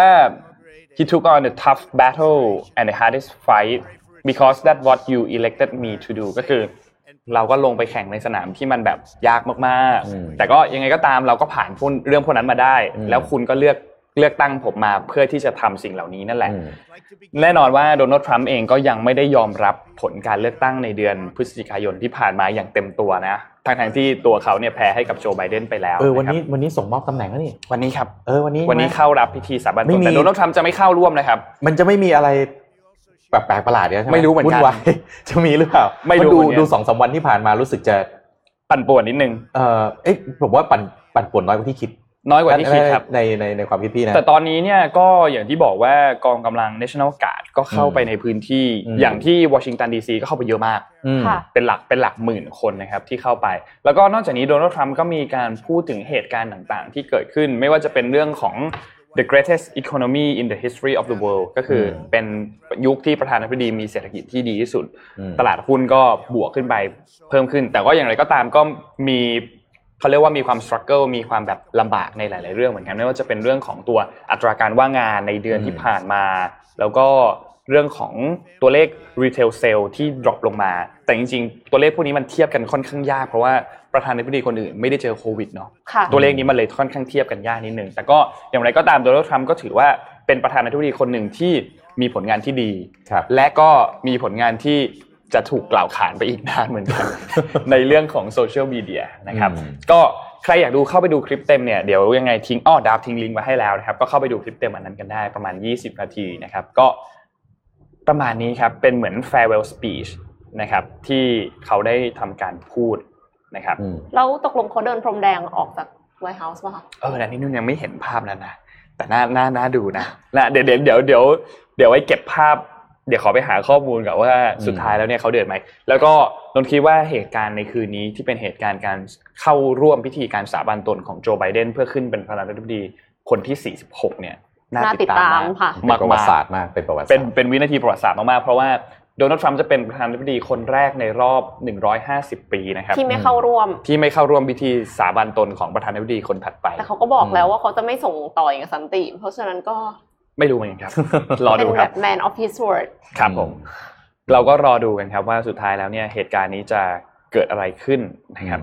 he took on the tough battle and the hardest fight because that's what you elected me to do ก็คือเราก็ลงไปแข่งในสนามที่มันแบบยากมากๆแต่ก็ยังไงก็ตามเราก็ผ่านเรื่องพวกนั้นมาได้แล้วคุณก็เลือกตั้งผมมาเพื่อที่จะทำสิ่งเหล่านี้นั่นแหละแน่นอนว่าโดนัลด์ทรัมป์เองก็ยังไม่ได้ยอมรับผลการเลือกตั้งในเดือนพฤศจิกายนที่ผ่านมาอย่างเต็มตัวนะทั้งที่ตัวเขาเนี่ยแพ้ให้กับโจไบเดนไปแล้ววันนี้ส่งมอบตำแหน่งแล้วนี่วันนี้ครับวันนี้เข้ารับพิธีสาบานตนแต่โดนัลด์ทรัมป์จะไม่เข้าร่วมนะครับมันจะไม่มีอะไรแปลกประหลาดเนี่ยใช่ไหมไม่รู้เหมือนกันจะมีหรือเปล่าไม่ดู 2-3 วันที่ผ่านมารู้สึกจะปั่นป่วนนิดนึงผมว่าปั่นป่วนน้อยกว่าที่คิดครับในความคิดพี่นะแต่ตอนนี้เนี่ยก็อย่างที่บอกว่ากองกำลัง National Guard ก็เข้าไปในพื้นที่อย่างที่วอชิงตันดีซีก็เข้าไปเยอะมากเป็นหลักหมื่นคนนะครับที่เข้าไปแล้วก็นอกจากนี้โดนัลด์ทรัมป์ก็มีการพูดถึงเหตุการณ์ต่างๆที่เกิดขึ้นไม่ว่าจะเป็นเรื่องของ the greatest economy in the history of the world ก็คือเป็นยุคที่ประธานาธิบดีมีเศรษฐกิจที่ดีที่สุดตลาดหุ้นก็บวกขึ้นไปเพิ่มขึ้นแต่ก็อย่างไรก็ตามก็มีเขาเรียกว่ามีความ struggle มีความแบบลำบากในหลายๆเรื่องเหมือนกันไม่ว่าจะเป็นเรื่องของตัวอัตราการว่างงานในเดือนที่ผ่านมาแล้วก็เรื่องของตัวเลข retail sale ที่ drop ลงมาแต่จริงๆตัวเลขพวกนี้มันเทียบกันค่อนข้างยากเพราะว่าประธานาธิบดีคนอื่นไม่ได้เจอโควิดเนาะตัวเลขนี้มันเลยค่อนข้างเทียบกันยากนิดนึงแต่ก็อย่างไรก็ตามโดนัลด์ทรัมป์ก็ถือว่าเป็นประธานาธิบดีคนหนึ่งที่มีผลงานที่ดีและก็มีผลงานที่จะถูกกล่าวขานไปอีกนานเหมือนกัน ในเรื่องของโซเชียลมีเดียนะครับก็ใครอยากดูเข้าไปดูคลิปเต็มเนี่ยเดี๋ยวยังไงทิ้งดาวทิ้งลิงก์ไว้ให้แล้วนะครับก็เข้าไปดูคลิปเต็มอันนั้นกันได้ประมาณ20นาทีนะครับก็ประมาณนี้ครับเป็นเหมือน farewell speech นะครับที่เขาได้ทำการพูดนะครับแล้วตกลงเขาเดินพรมแดงออกจาก White House ป่ะคะอันนี้นุ่นยังไม่เห็นภาพนั้นนะแต่น่าดูนะเดี๋ยวไว้เก็บภาพเดี๋ยวขอไปหาข้อมูลก่อนว่าสุดท้ายแล้วเนี่ยเขาเดินไหมแล้วก็นนคิดว่าเหตุการณ์ในคืนนี้ที่เป็นเหตุการณ์การเข้าร่วมพิธีการสาบานตนของโจไบเดนเพื่อขึ้นเป็นประธานาธิบดีคนที่46เนี่ยน่าติดตามค่ะเป็นประวัติศาสตร์มากเป็นวินาทีประวัติศาสตร์มากๆเพราะว่าโดนัลด์ทรัมป์จะเป็นประธานาธิบดีคนแรกในรอบ150ปีนะครับที่ไม่เข้าร่วมพิธีสาบานตนของประธานาธิบดีคนถัดไปแต่เขาก็บอกแล้วว่าเขาจะไม่ส่งต่ออย่างสันติเพราะฉะนั้นก็ไม่รู้เหมือนกันครับรอดูครับเป็นแบบ man of his word ครับผมเราก็รอดูกันครับว่าสุดท้ายแล้วเนี่ยเหตุการณ์นี้จะเกิดอะไรขึ้นนะครับ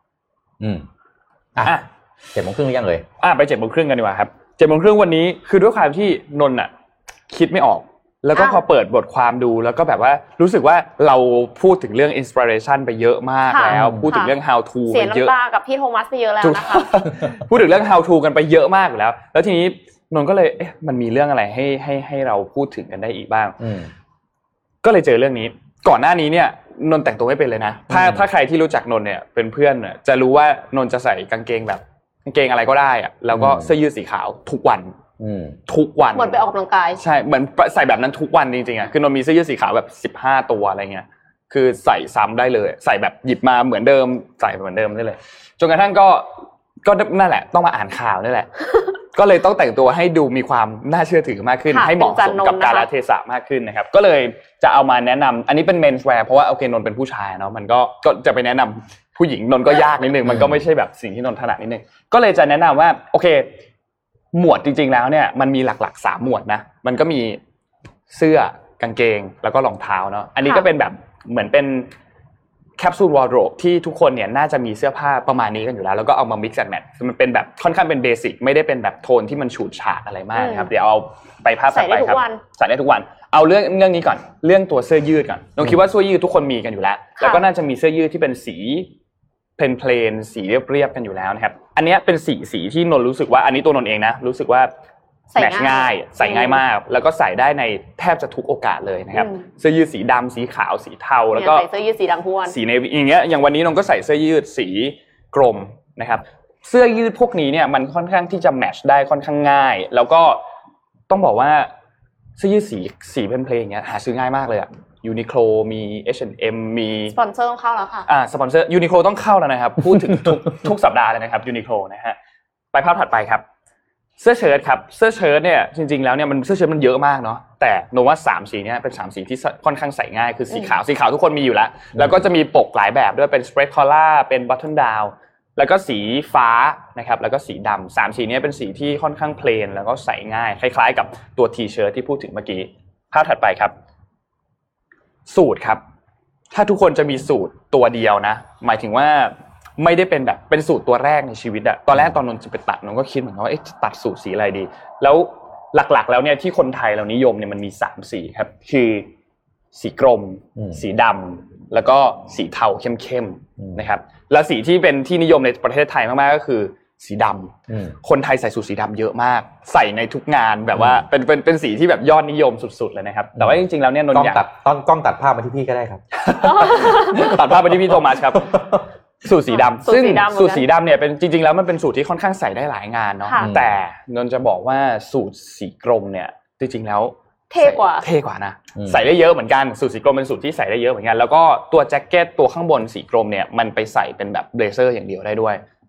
7:30 นยังเลยไป 7:30 นกันดีกว่าครับ 7:30 นวันนี้คือด้วยความที่นนท์คิดไม่ออกแล้วก็พอเปิดบทความดูแล้วก็แบบว่ารู้สึกว่าเราพูดถึงเรื่อง inspiration ไปเยอะมากแล้วพูดถึงเรื่อง how to ไปเยอะเสียน้ำตากับพี่โทมัสไปเยอะแล้วนะคะพูดถึงเรื่อง how to กันไปเยอะมากแล้วแล้วทีนี้นนท์ก็เลยมันมีเรื่องอะไรให้เราพูดถึงกันได้อีกบ้างก็เลยเจอเรื่องนี้ก่อนหน้านี้เนี่ยนนท์แต่งตัวไม่เป็นเลยนะถ้าใครที่รู้จักนนท์เนี่ยเป็นเพื่อนเนี่ยจะรู้ว่านนท์จะใส่กางเกงแบบกางเกงอะไรก็ได้อะแล้วก็เสื้อยืดสีขาวทุกวันเหมือนไปออกกำลังกายใช่เหมือนใส่แบบนั้นทุกวันจริงๆคือนนท์มีเสื้อยืดสีขาวแบบ15ตัวอะไรเงี้ยคือใส่ซ้ำได้เลยใส่แบบหยิบมาเหมือนเดิมใส่เหมือนเดิมได้เลยจนกระทั่งก็นั่นแหละต้องมาอ่านข่าวนี่แหละก็เลยต้องแต่งตัวให้ดูมีความน่าเชื่อถือมากขึ้นให้เหมาะสมกับกาลเทศะมากขึ้นนะครับก็เลยจะเอามาแนะนำอันนี้เป็น mens wear เพราะว่าโอเคนนท์เป็นผู้ชายเนาะมันก็จะไปแนะนำผู้หญิงนนท์ก็ยากนิดนึงมันก็ไม่ใช่แบบสิ่งที่นนท์ถนัดนิดนึงก็เลยจะแนะนำว่าโอเคหมวดจริงๆแล้วเนี่ยมันมีหลักๆ3หมวดนะมันก็มีเสื้อกางเกงแล้วก็รองเท้าเนาะอันนี้ก็เป็นแบบเหมือนเป็นแคปซูลวอร์ดโรบที่ทุกคนเนี่ยน่าจะมีเสื้อผ้าประมาณนี้กันอยู่แล้วแล้วก็เอามา mix and match มันเป็นแบบค่อนข้างเป็นเบสิกไม่ได้เป็นแบบโทนที่มันฉูดฉาดอะไรมากครับเดี๋ยวเอาไปภาพต่อไปครับใส่ได้ทุกวันเอาเรื่องนี้ก่อนเรื่องตัวเสื้อยืดก่อนน้องคิดว่าเสื้อยืดทุกคนมีกันอยู่แล้วแล้วก็น่าจะมีเสื้อยืดที่เป็นสีเพลนสีเรียบๆกันอยู่แล้วนะครับอันนี้เป็นสีที่นนรู้สึกว่าอันนี้ตัวนนเองนะรู้สึกว่าแมทช์ง่ายใส่ง่ายมากแล้วก็ใส่ได้ในแทบจะทุกโอกาสเลยนะครับเสื้อยืดสีดำสีขาวสีเทาแล้วก็ใส่เสื้อยืดสีดำทุกวันสีเนวี่อย่างเงี้ยอย่างวันนี้นนก็ใส่เสื้อยืดสีกรมนะครับเสื้อยืดพวกนี้เนี่ยมันค่อนข้างที่จะแมทช์ได้ค่อนข้างง่ายแล้วก็ต้องบอกว่าเสื้อยืดสีเพลนๆอย่างเงี้ยหาซื้อง่ายมากเลยอ่ะUniqlo มี H&M มีสปอนเซอร์ต้องเข้าแล้วค่ะสปอนเซอร์ Uniqlo ต้องเข้าแล้วนะครับพูดถึงทุกสัปดาห์เลยนะครับ Uniqlo นะฮะไปภาพถัดไปครับเสื้อเชิ้ตครับเสื้อเชิ้ตเนี่ยจริงๆแล้วเนี่ยมันเสื้อเชิ้ตมันเยอะมากเนาะแต่โนว่า3สีเนี่ยเป็น3สีที่ค่อนข้างใส่ง่ายคือสีขาวทุกคนมีอยู่แล้วก็จะมีปกหลายแบบด้วยเป็น spread collar เป็น button down แล้วก็สีฟ้านะครับแล้วก็สีดำ3สีนี้เป็นสีที่ค่อนข้างเพลนแล้วก็ใส่ง่ายคล้ายๆกับตัว T-shirt ที่พูดถึงเมื่อกี้ภาพถัดไปครับสูทครับถ้าทุกคนจะมีสูทตัวเดียวนะหมายถึงว่าไม่ได้เป็นแบบเป็นสูทตัวแรกในชีวิตอะตอนแรกตอนนนจะไปตัดนนก็คิดเหมือนกันว่าจะตัดสูทสีอะไรดีแล้วหลักๆแล้วเนี่ยที่คนไทยเรานิยมเนี่ยมันมี3สีครับคือสีกรมสีดำแล้วก็สีเทาเข้มๆนะครับแล้วสีที่เป็นที่นิยมในประเทศไทยมากๆก็คือสีดำคนไทยใส่สูทสีดำเยอะมากใส่ในทุกงานแบบว่าเป็นสีที่แบบยอดนิยมสุดๆเลยนะครับแต่ว่าจริงๆแล้วเนี่ยนนอยากกล้องตัดภาพมาที่พี่ก็ได้ครับตัดภาพไปที่พี่โทมัสครับสูทสีดำซึ่งสูทสีดำเนี่ยเป็นจริงๆแล้วมันเป็นสูทที่ค่อนข้างใส่ได้หลายงานเนาะแต่นนจะบอกว่าสูทสีกรมเนี่ยจริงๆแล้วเท่กว่านะใส่ได้เยอะเหมือนกันสูทสีกรมเป็นสูทที่ใส่ได้เยอะเหมือนกันแล้วก็ตัวแจ็คเก็ตตัวข้างบนสีกรมเนี่ยมันไปใส่เป็นแบบเบลเซอร์อย่างเดียวได้ด้วย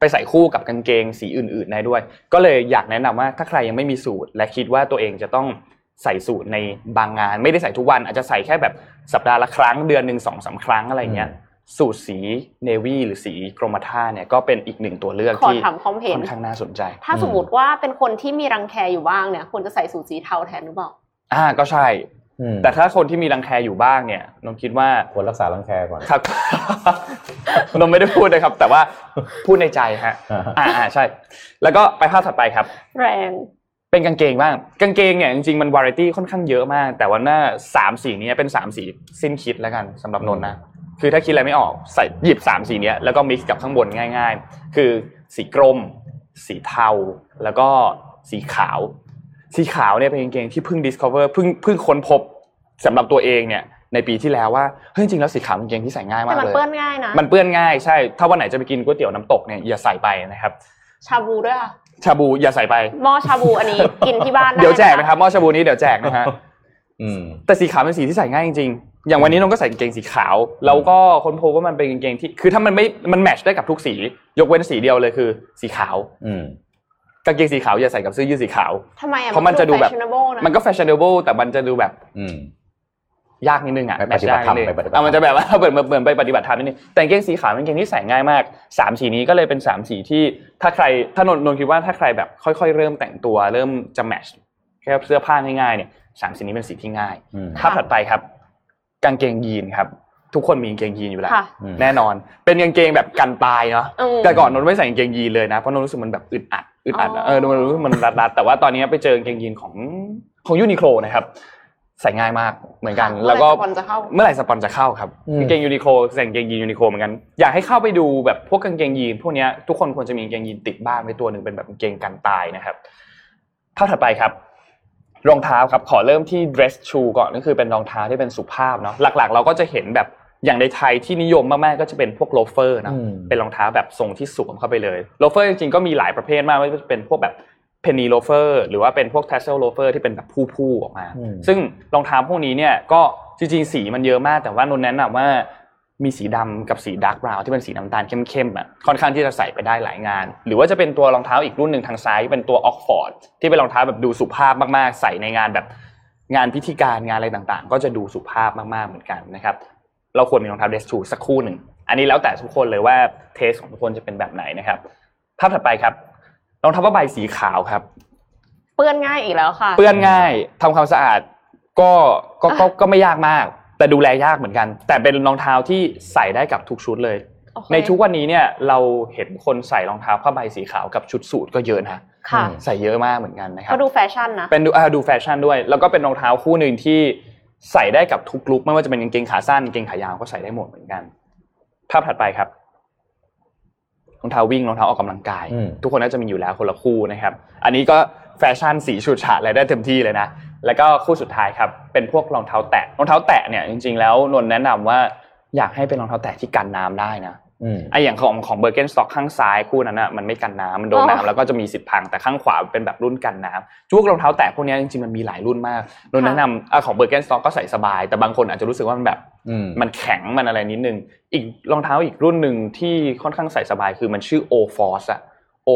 ไปใส่คู่กับกางเกงสีอื่นๆได้ด้วยก็เลยอยากแนะนำว่าถ้าใครยังไม่มีสูทและคิดว่าตัวเองจะต้องใส่สูทในบางงานไม่ได้ใส่ทุกวันอาจจะใส่แค่แบบสัปดาห์ละครั้งเดือนนึง 2-3 ครั้งอะไรเงี้ยสูทสีเนวี่หรือสีกรมท่าเนี่ยก็เป็นอีกหนึ่งตัวเลือกที่ค่อนข้างน่าสนใจถ้าสมมติว่าเป็นคนที่มีรังแคอยู่บ้างเนี่ยควรจะใส่สูทสีเทาแทนหรือเปล่าก็ใช่แต่ถ้าคนที่มีรังแคอยู่บ้างเนี่ยนนคิดว่าควรรักษารังแคก่อนครับนนไม่ได้พูดเลยครับแต่ว่าพูดในใจฮะใช่แล้วก็ไปภาพถัดไปครับแรงเป็นกางเกงบ้างกางเกงเนี่ยจริงๆมันวาไรตี้ค่อนข้างเยอะมากแต่ว่าหน้า3สีนี้เป็น3สีสิ้นคิดแล้วกันสำหรับนนนะคือถ้าคิดอะไรไม่ออกใส่หยิบ3สีนี้แล้วก็มิกซ์กับข้างบนง่ายๆคือสีกรมสีเทาแล้วก็สีขาวเนี่ยเป็นกางเกงที่เพิ่ง discover เพิ่งค้นพบสำหรับตัวเองเนี่ยในปีที่แล้วว่าเฮ้ยจริงๆแล้วสีขาวเป็นกางเกงที่ใส่ง่ายมากเลยแต่มันเปื้อนง่ายนะมันเปื้อนง่ายใช่ถ้าวันไหนจะไปกินก๋วยเตี๋ยวน้ำตกเนี่ยอย่าใส่ไปนะครับชาบูด้วยชาบูอย่าใส่ไปหม้อชาบูอันนี้กินที่บ้านได้เดี๋ยวแจกนะครับหม้อชาบูนี้เดี๋ยวแจกนะฮะแต่สีขาวเป็นสีที่ใส่ง่ายจริงๆอย่างวันนี้น้องก็ใส่กางเกงสีขาวแล้วก็ค้นพบว่ามันเป็นกางเกงที่คือถ้ามันแมทช์ได้กับทุกสียกเว้นสีเดียวเลยคือสีขาวกางเกงสีขาวอย่าใส่กับเสื้อยืดสีขาวทำไมเพราะมันจะดูแบบมันก็แฟชั่นเนเบิลแต่มันจะดูแบบยากนิดนึงอ่ะแมทช์ยากนิดนึงมันจะแบบว่าเหมือนไปปฏิบัติธรรมนิดนึงแต่กางเกงสีขาวเป็นกางเกงที่ใส่ง่ายมาก3สีนี้ก็เลยเป็น3สีที่ถ้านนคิดว่าถ้าใครแบบค่อยๆเริ่มแต่งตัวเริ่มจะแมทช์แค่เสื้อผ้าง่ายๆเนี่ย3สีนี้เป็นสีที่ง่ายภาพถัดไปครับกางเกงยีนครับทุกคนมีกางเกงยีนอยู่แล้วแน่นอนเป็นกางเกงแบบกันตายเนาะแต่ก่อนนนไม่ใส่กางเกงยีนเลยนะเพราะนนรู้สึกมันแบบอึดอัดมันรู้สึกมันรัดแต่ว่าตอนนี้ไปเจอกางเกงยีนของยูนิโคลนะครับใส่ง่ายมากเหมือนกันแล้วก็เมื่อไหร่สปอนจะเข้าครับกางเกงยูนิโคลใส่กางเกงยีนยูนิโคลเหมือนกันอยากให้เข้าไปดูแบบพวกกางเกงยีนพวกนี้ทุกคนควรจะมีกางเกงยีนติดบ้านไว้ตัวนึงเป็นแบบกางเกงกันตายนะครับภาพถัดไปครับรองเท้าครับขอเริ่มที่ dress shoe ก่อนก็คือเป็นรองเท้าที่เป็นสุภาพเนาะหลักๆเราก็จะเห็นแบบอย่างในไทยที่นิยมมากๆก็จะเป็นพวกโลเฟอร์นะเป็นรองเท้าแบบทรงที่สวมเข้าไปเลยโลเฟอร์จริงๆก็มีหลายประเภทมากไม่ว่าจะเป็นพวกแบบเพนนีโลเฟอร์หรือว่าเป็นพวก tassel loafer ที่เป็นแบบผู้ๆออกมาซึ่งรองเท้าพวกนี้เนี่ยก็จริงๆสีมันเยอะมากแต่ว่านนแนะนำว่ามีสีดำกับสีดาร์กบราวน์ที่เป็นสีน้ำตาลเข้มๆอ่ะค่อนข้างที่จะใส่ไปได้หลายงานหรือว่าจะเป็นตัวรองเท้าอีกรุ่นนึงทางซ้ายเป็นตัว Oxford ที่เป็นรองเท้าแบบดูสุภาพมากๆใส่ในงานแบบงานพิธีการงานอะไรต่างๆก็จะดูสุภาพมากๆเหมือนกันนะครับเราควรมีรองเท้า dress shoe สักคู่นึงอันนี้แล้วแต่ทุกคนเลยว่าเทสของทุกคนจะเป็นแบบไหนนะครับภาพถัดไปครับรองเท้าผ้าใบสีขาวครับเปื้อนง่ายอีกแล้วค่ะเปื้อนง่ายทำความสะอาดก็ไม่ยากมากแต่ดูแลยากเหมือนกันแต่เป็นรองเท้าที่ใส่ได้กับทุกชุดเลยในทุกวันนี้เนี่ยเราเห็นคนใส่รองเท้าผ้าใบสีขาวกับชุดสูทก็เยอะนะใส่เยอะมากเหมือนกันนะครับก็ดูแฟชั่นนะเป็นดูแฟชั่นด้วยแล้วก็เป็นรองเท้าคู่นึงที่ใส่ได้กับทุกลุคไม่ว่าจะเป็นกางเกงขาสั้นกางเกงขายาวก็ใส่ได้หมดเหมือนกันภาพถัดไปครับรองเท้าวิ่งรองเท้าออกกำลังกายทุกคนน่าจะมีอยู่แล้วคนละคู่นะครับอันนี้ก็แฟชั่นสีฉูดฉาดอะไรได้เต็มที่เลยนะแล้วก็คู่สุดท้ายครับเป็นพวกรองเท้าแตะเนี่ยจริงๆแล้วนนแนะนำว่าอยากให้เป็นรองเท้าแตะที่กันน้ำได้นะไออย่างของเบอร์เกนสต็อกข้างซ้ายคู่นั้นน่ะมันไม่กันน้ำมันโดนน้ำแล้วก็จะมีสิทธิ์พังแต่ข้างขวาเป็นแบบรุ่นกันน้ำพวกรองเท้าแตะพวกนี้จริงๆมันมีหลายรุ่นมากนนแนะนำของเบอร์เกนสต็อกก็ใส่สบายแต่บางคนอาจจะรู้สึกว่ามันแบบมันแข็งมันอะไรนิดนึงอีกรองเท้าอีกรุ่นนึงที่ค่อนข้างใส่สบายคือมันชื่อ O-Force อะ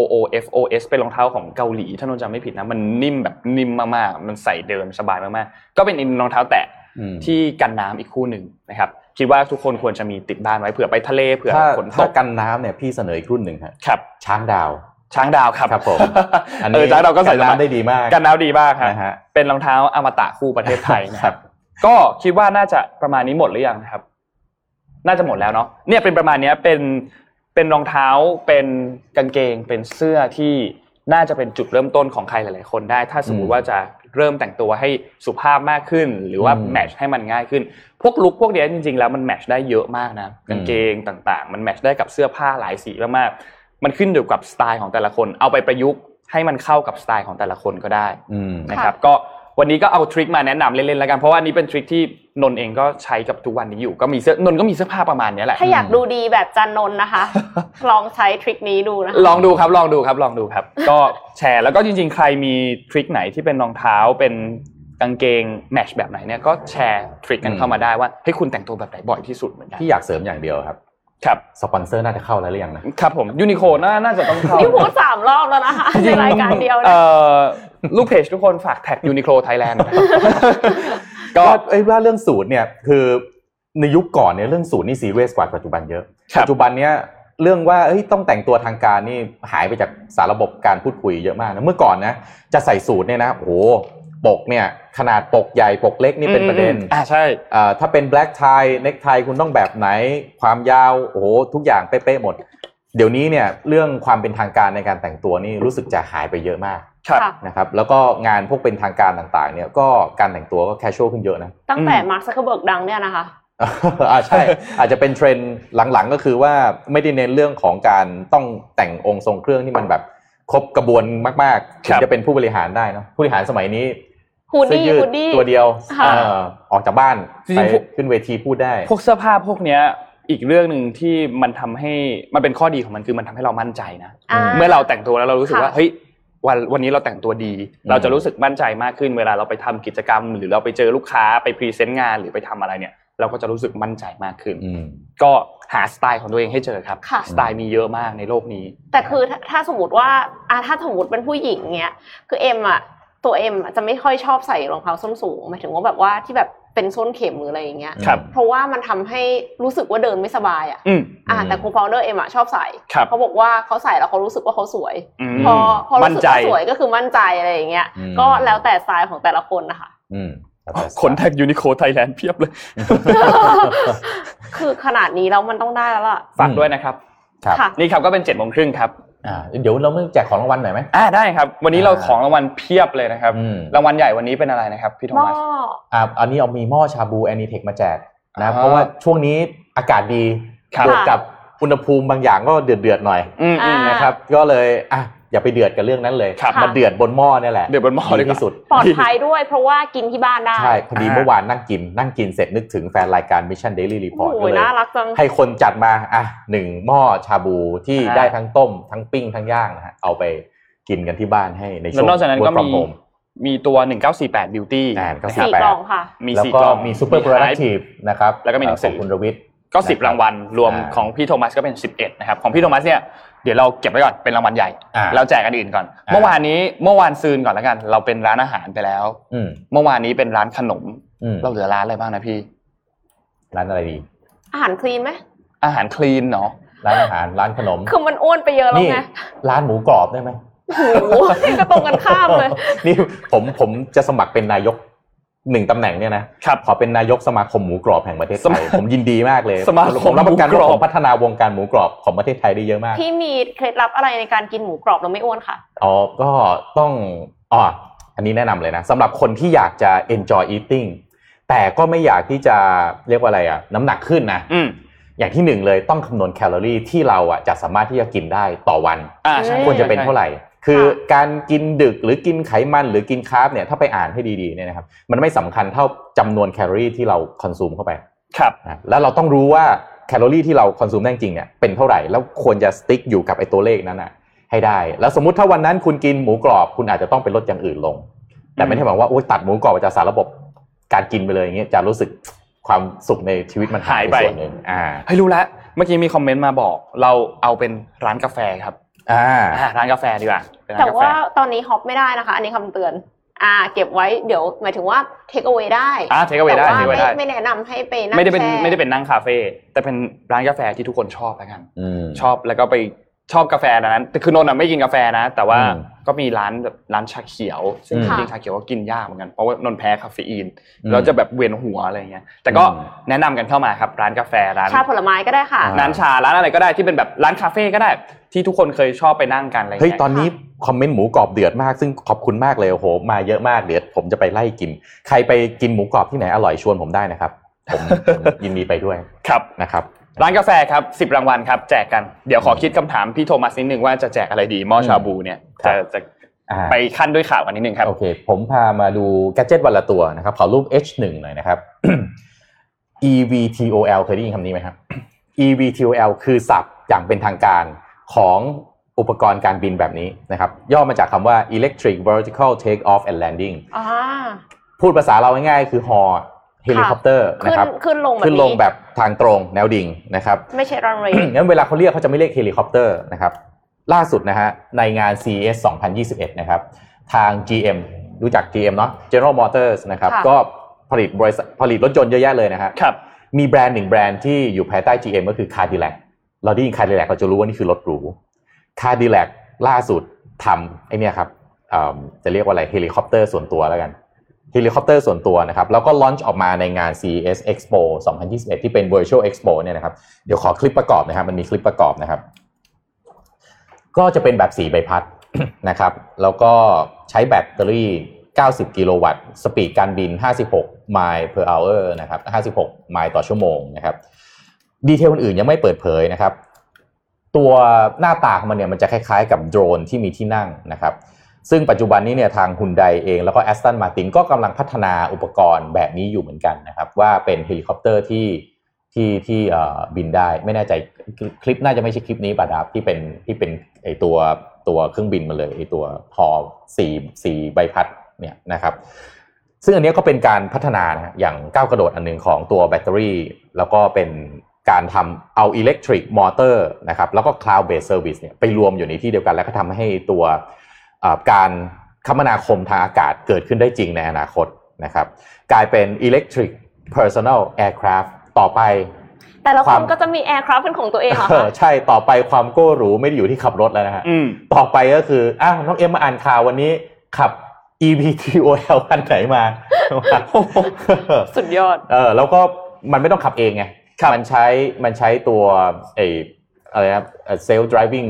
OOFOS เป็นรองเท้าของเกาหลีถ้านนจำไม่ผิดนะมันนิ่มแบบนิ่มมากๆมันใส่เดินสบายมากๆก็เป็นรองเท้าแตะที่กันน้ำอีกคู่นึงนะครับคิดว่าทุกคนควรจะมีติดบ้านไว้เผื่อไปทะเลเผื่อฝนตกกันน้ำเนี่ยพี่เสนออีกรุ่นนึงครับช้างดาวครับผมอันนี้ช้างดาวก็ใส่น้ำได้ดีมากกันน้ำดีมากครับเป็นรองเท้าอมตะคู่ประเทศไทยนะครับก็คิดว่าน่าจะประมาณนี้หมดหรือยังครับน่าจะหมดแล้วเนาะเนี่ยเป็นประมาณนี้เป็นรองเท้าเป็นกางเกงเป็นเสื้อที่น่าจะเป็นจุดเริ่มต้นของใครหลายๆคนได้ถ้าสมมุติว่าจะเริ่มแต่งตัวให้สุภาพมากขึ้นหรือว่าแมทช์ให้มันง่ายขึ้นพวกลุคพวกนี้จริงๆแล้วมันแมทช์ได้เยอะมากนะกางเกงต่างๆมันแมทช์ได้กับเสื้อผ้าหลายสีมากๆมันขึ้นอยู่กับสไตล์ของแต่ละคนเอาไปประยุกต์ให้มันเข้ากับสไตล์ของแต่ละคนก็ได้นะครับก็วันนี้ก็เอาทริคมาแนะนำเล่นๆแล้วกันเพราะว่านี้เป็นทริคที่นนเองก็ใช้กับทุกวันนี้อยู่ก็มีนนก็มีเสื้อผ้าประมาณนี้แหละถ้าอยากดูดีแบบจันนนนะคะลองใช้ทริคนี้ดูนะคะลองดูครับก็แชร์แล้วก็จริงๆใครมีทริคไหนที่เป็นรองเท้าเป็นกางเกงแมทช์แบบไหนเนี่ยก็แชร์ทริคกันเข้ามาได้ว่าให้คุณแต่งตัวแบบไหนบ่อยที่สุดเหมือนกันที่อยากเสริมอย่างเดียวครับครับสปอนเซอร์น่าจะเข้าแล้วหรือยังนะครับผมยูนิโคน่าจะต้องเข้านี่พูด3 รอบแล้วนะคะในรายการเดียวลูกเพจทุกคนฝากแท็กยูนิโคไทยแลนด์ก็ว่าเรื่องสูตรเนี่ยคือในยุคก่อนเนี่ยเรื่องสูตรนี่ซีเรียสกว่าปัจจุบันเยอะปัจจุบันเนี้ยเรื่องว่าต้องแต่งตัวทางการนี่หายไปจากสารระบบการพูดคุยเยอะมากนะเมื่อก่อนนะจะใส่สูทเนี่ยนะโอ้โหปกเนี่ยขนาดปกใหญ่ปกเล็กนี่เป็นประเด็นใช่ถ้าเป็น black tie neck tie คุณต้องแบบไหนความยาวโอ้โหทุกอย่างเป๊ะๆหมดเดี๋ยวนี้เนี่ยเรื่องความเป็นทางการในการแต่งตัวนี่รู้สึกจะหายไปเยอะมากนะครับแล้วก็งานพวกเป็นทางการต่างๆเนี่ยก็การแต่งตัวก็ casual ขึ้นเยอะนะตั้งแต่มาร์ค ซักเคอร์เบิร์กดังเนี่ยนะคะใช่อาจจะเป็นเทรนด์หลังๆก็คือว่าไม่ได้เน้นเรื่องของการต้องแต่งองค์ทรงเครื่องที่มันแบบครบกระบวนมากๆถึงจะเป็นผู้บริหารได้เนาะผู้บริหารสมัยนี้ฮูดดี้ตัวเดียวออกจากบ้านไปขึ้นเวทีพูดได้พวกเสื้อผ้าพวกเนี้ยอีกเรื่องนึงที่มันทำให้มันเป็นข้อดีของมันคือมันทำให้เรามั่นใจนะเมื่อเราแต่งตัวแล้วเรารู้สึกว่าเฮ้ยวันนี้เราแต่งตัวดีเราจะรู้สึกมั่นใจมากขึ้นเวลาเราไปทำกิจกรรมหรือเราไปเจอลูกค้าไปพรีเซนต์งานหรือไปทำอะไรเนี่ยเราก็จะรู้สึกมั่นใจมากขึ้นก็หาสไตล์ของตัวเองให้เจอครับสไตล์มีเยอะมากในโลกนี้แต่คือถ้าสมมติว่าถ้าสมมติเป็นผู้หญิงเงี้ยคือตัวเอ็มจะไม่ค่อยชอบใส่รองเท้าส้นสูงหมายถึงว่าแบบว่าที่แบบเป็นส้นเข็มหรืออะไรอย่างเงี้ยเพราะว่ามันทำให้รู้สึกว่าเดินไม่สบายแต่ครูฟาวเดอร์เอ็มชอบใส่เขาบอกว่าเขาใใส่แล้วเขารู้สึกว่าเขาสวยพอรู้สึกว่าสวยก็คือมั่นใจอะไรอย่างเงี้ยก็แล้วแต่สไตล์ของแต่ละคนนะคะคนแท็กยูนิโคไทยแลนด์เพียบเลยคือขนาดนี้แล้วมันต้องได้แล้วล่ะฝากด้วยนะครับนี่ครับก็เป็น 7:30 น.ครับเดี๋ยวเราแจกของรางวัลหน่อยไหมได้ครับวันนี้เราของรางวัลเพียบเลยนะครับรางวัลใหญ่วันนี้เป็นอะไรนะครับพี่โทมัสอันนี้เอามีหม้อชาบูแอนิเทคมาแจกนะเพราะว่าช่วงนี้อากาศดีบวกกับอุณหภูมิบางอย่างก็เดือดหน่อยนะครับก็เลยอย่าไปเดือดกับเรื่องนั้นเลยมาเดือดบนหม้อนี่แหละเดือดบนหม้อดีที่สุดปลอดภัยด้วยเพราะว่ากินที่บ้านได้ใช่พอดีเมื่อวานนั่งกินเสร็จนึกถึงแฟนรายการ Mission Daily Report ก็เลยให้คนจัดมา1หม้อชาบูที่ได้ทั้งต้มทั้งปิ้งทั้งย่างนะฮะเอาไปกินกันที่บ้านให้ในช่วงนอกจากนั้นก็มีตัว1948 Beauty 4 กล่องค่ะมี 4 กล่องมี Super Productive นะครับแล้วก็มีหนังสือคุณรวิทย์ก็10รางวัลรวมของพี่โทมัสก็เป็น11นะครับของพี่โทมัสเนี่ยเดี๋ยวเราเก็บไว้ก่อนเป็นรางวัลใหญ่เราแจกกันอื่นก่อนเมื่อวานซืนก่อนแล้วกันเราเป็นร้านอาหารไปแล้วเมื่อวานนี้เป็นร้านขนมเราเหลือร้านอะไรบ้างนะพี่ร้านอะไรดีอาหารคลีนไหมอาหารคลีนเนาะร้านอาหารร้านขนมคือมันอ้วนไปเยอะแล้วไงร้านหมูกรอบได้ไหมโอ้โหก็ตรงกันข้ามเลยนี่ผมจะสมัครเป็นนายก1ตำแหน่งเนี่ยนะขอเป็นนายกสมาคมหมูกรอบแห่งประเทศไทยผมยินดีมากเลยผมรับประกันว่าผมพัฒนาวงการหมูกรอบของประเทศไทยได้เยอะมากพี่มีเคล็ดลับอะไรในการกินหมูกรอบแล้วไม่อ้วนค่ะก็ต้องอันนี้แนะนำเลยนะสำหรับคนที่อยากจะ enjoy eating แต่ก็ไม่อยากที่จะเรียกว่าอะไรน้ำหนักขึ้นนะอย่างที่1เลยต้องคำนวณแคลอรี่ที่เราจะสามารถที่จะกินได้ต่อวันควรจะเป็นเท่าไหร่คือการกินดึกหรือกินไขมันหรือกินคาร์บเนี่ยถ้าไปอ่านให้ดีๆเนี่ยนะครับมันไม่สำคัญเท่าจำนวนแคลอรี่ที่เราคอนซูมเข้าไปครับแล้วเราต้องรู้ว่าแคลอรี่ที่เราคอนซูมได้จริงเนี่ยเป็นเท่าไหร่แล้วควรจะสติ๊กอยู่กับไอ้ตัวเลขนั้นให้ได้แล้วสมมุติถ้าวันนั้นคุณกินหมูกรอบคุณอาจจะต้องไปลดอย่างอื่นลงแต่ไม่ได้หมายว่าโอ๊ยตัดหมูกรอบจากสารระบบการกินไปเลยอย่างเงี้ยจะรู้สึกความสุขในชีวิตมันหายไปส่วนนึงให้รู้แล้วเมื่อกี้มีคอมเมนต์มาบอกเราเอาเป็นร้านกาแฟครับร้านกาแฟดีกว่าแต่ว่าตอนนี้ฮอปไม่ได้นะคะอันนี้คำเตือนเก็บไว้เดี๋ยวหมายถึงว่าเทคเอาไว้ได้เทคเอาไว้ได้ไม่แนะนำให้ไปนั่งไม่ได้เป็นนั่งคาเฟ่แต่เป็นร้านกาแฟที่ทุกคนชอบแล้วกันชอบแล้วก็ไปชอบกาแฟนั้นแต่คือนนท์ไม่กินกาแฟนะแต่ว่าก็มีร้านแบบร้านชาเขียวซึ่งจริงๆชาเขียวก็กินยากเหมือนกันเพราะว่านนท์แพ้คาเฟอีนเราจะแบบเวียนหัวอะไรเงี้ยแต่ก็แนะนำกันเข้ามาครับร้านกาแฟร้านชาผลไม้ก็ได้ค่ะร้านชาร้านอะไรก็ได้ที่เป็นแบบร้านคาเฟ่ก็ได้ที่ทุกคนเคยชอบไปนั่งกันอะไรเงี้ยเฮ้ยตอนนี้คอมเมนต์หมูกรอบเดือดมากซึ่งขอบคุณมากเลยโอ้โหมาเยอะมากเดี๋ยวผมจะไปไล่กินใครไปกินหมูกรอบที่ไหนอร่อยชวนผมได้นะครับผมยินดีไปด้วยครับนะครับร้านกาแฟครับ10รางวัลครับแจกกันเดี๋ยวขอคิดคำถามพี่โทมัสนิดนึงว่าจะแจกอะไรดีหม้อชาบูเนี่ยจะไปขั้นด้วยข่าวกันนิดนึงครับโอเคผมพามาดูแกดเจ็ตวันละตัวนะครับขอรูป H1 หน่อยนะครับ EVTOL เคยได้ยินคำนี้ไหมครับ EVTOL คือศัพท์อย่างเป็นทางการของอุปกรณ์การบินแบบนี้นะครับย่อมาจากคำว่า Electric Vertical Take Off and Landing พูดภาษาเราง่ายๆคือฮอเฮลิคอปเตอร์นะครับขึ้นลงแบบทางตรงแนวดิ่งนะครับไม่ใช่รันเวย์งั้นเวลาเขาเรียกเขาจะไม่เรียกเฮลิคอปเตอร์นะครับล่าสุดนะฮะในงาน CES 2021นะครับทาง GM รู้จัก GM เนาะ General Motors นะครับก็ผลิตรถยนต์เยอะแยะเลยนะฮะมีแบรนด์1แบรนด์ที่อยู่ภายใต้ GM ก็คือ Cadillac เราได้ยิน Cadillac เราจะรู้ว่านี่คือรถหรู Cadillac ล่าสุดทำไอ้นี่ครับจะเรียกว่าอะไรเฮลิคอปเตอร์ส่วนตัวแล้วกันเฮลิคอปเตอร์ส่วนตัวนะครับแล้วก็ลอนช์ออกมาในงาน CES Expo 2021ที่เป็น Virtual Expo เนี่ยนะครับเดี๋ยวขอคลิปประกอบนะครับมันมีคลิปประกอบนะครับก็จะเป็นแบบ4ใบพัดนะครับแล้วก็ใช้แบตเตอรี่90กิโลวัตต์สปีดการบิน56ไมล์ per hour นะครับ56ไมล์ต่อชั่วโมงนะครับดีเทลอื่นยังไม่เปิดเผยนะครับตัวหน้าตาของมันเนี่ยมันจะคล้ายๆกับโดรนที่มีที่นั่งนะครับซึ่งปัจจุบันนี้เนี่ยทาง Hyundai เองแล้วก็ Aston Martin ก็กำลังพัฒนาอุปกรณ์แบบนี้อยู่เหมือนกันนะครับว่าเป็นเฮลิคอปเตอร์ที่บินได้ไม่แน่ใจคลิปน่าจะไม่ใช่คลิปนี้ป่ะครับที่เป็นไอตัวเครื่องบินมาเลยไอตัวฮอ4ใบพัดเนี่ยนะครับซึ่งอันนี้ก็เป็นการพัฒนานะอย่างก้าวกระโดดอันนึงของตัวแบตเตอรี่แล้วก็เป็นการทำเอา electric motor นะครับแล้วก็ cloud based service เนี่ยไปรวมอยู่ในที่เดียวกันแล้วก็ทำให้ตัวการคมนาคมทางอากาศเกิดขึ้นได้จริงในอนาคตนะครับกลายเป็น electric personal aircraft ต่อไปแต่ละคนก็จะมี aircraft เป็นของตัวเองเหรอคะใช่ต่อไปความโก้หรูไม่ได้อยู่ที่ขับรถแล้วนะฮะต่อไปก็คือน้องเอ็มมาอ่านข่าววันนี้ขับ eVTOL คันไหนมาสุดยอดแล้วก็มันไม่ต้องขับเองไงมันใช้ตัวอะไรนะ self driving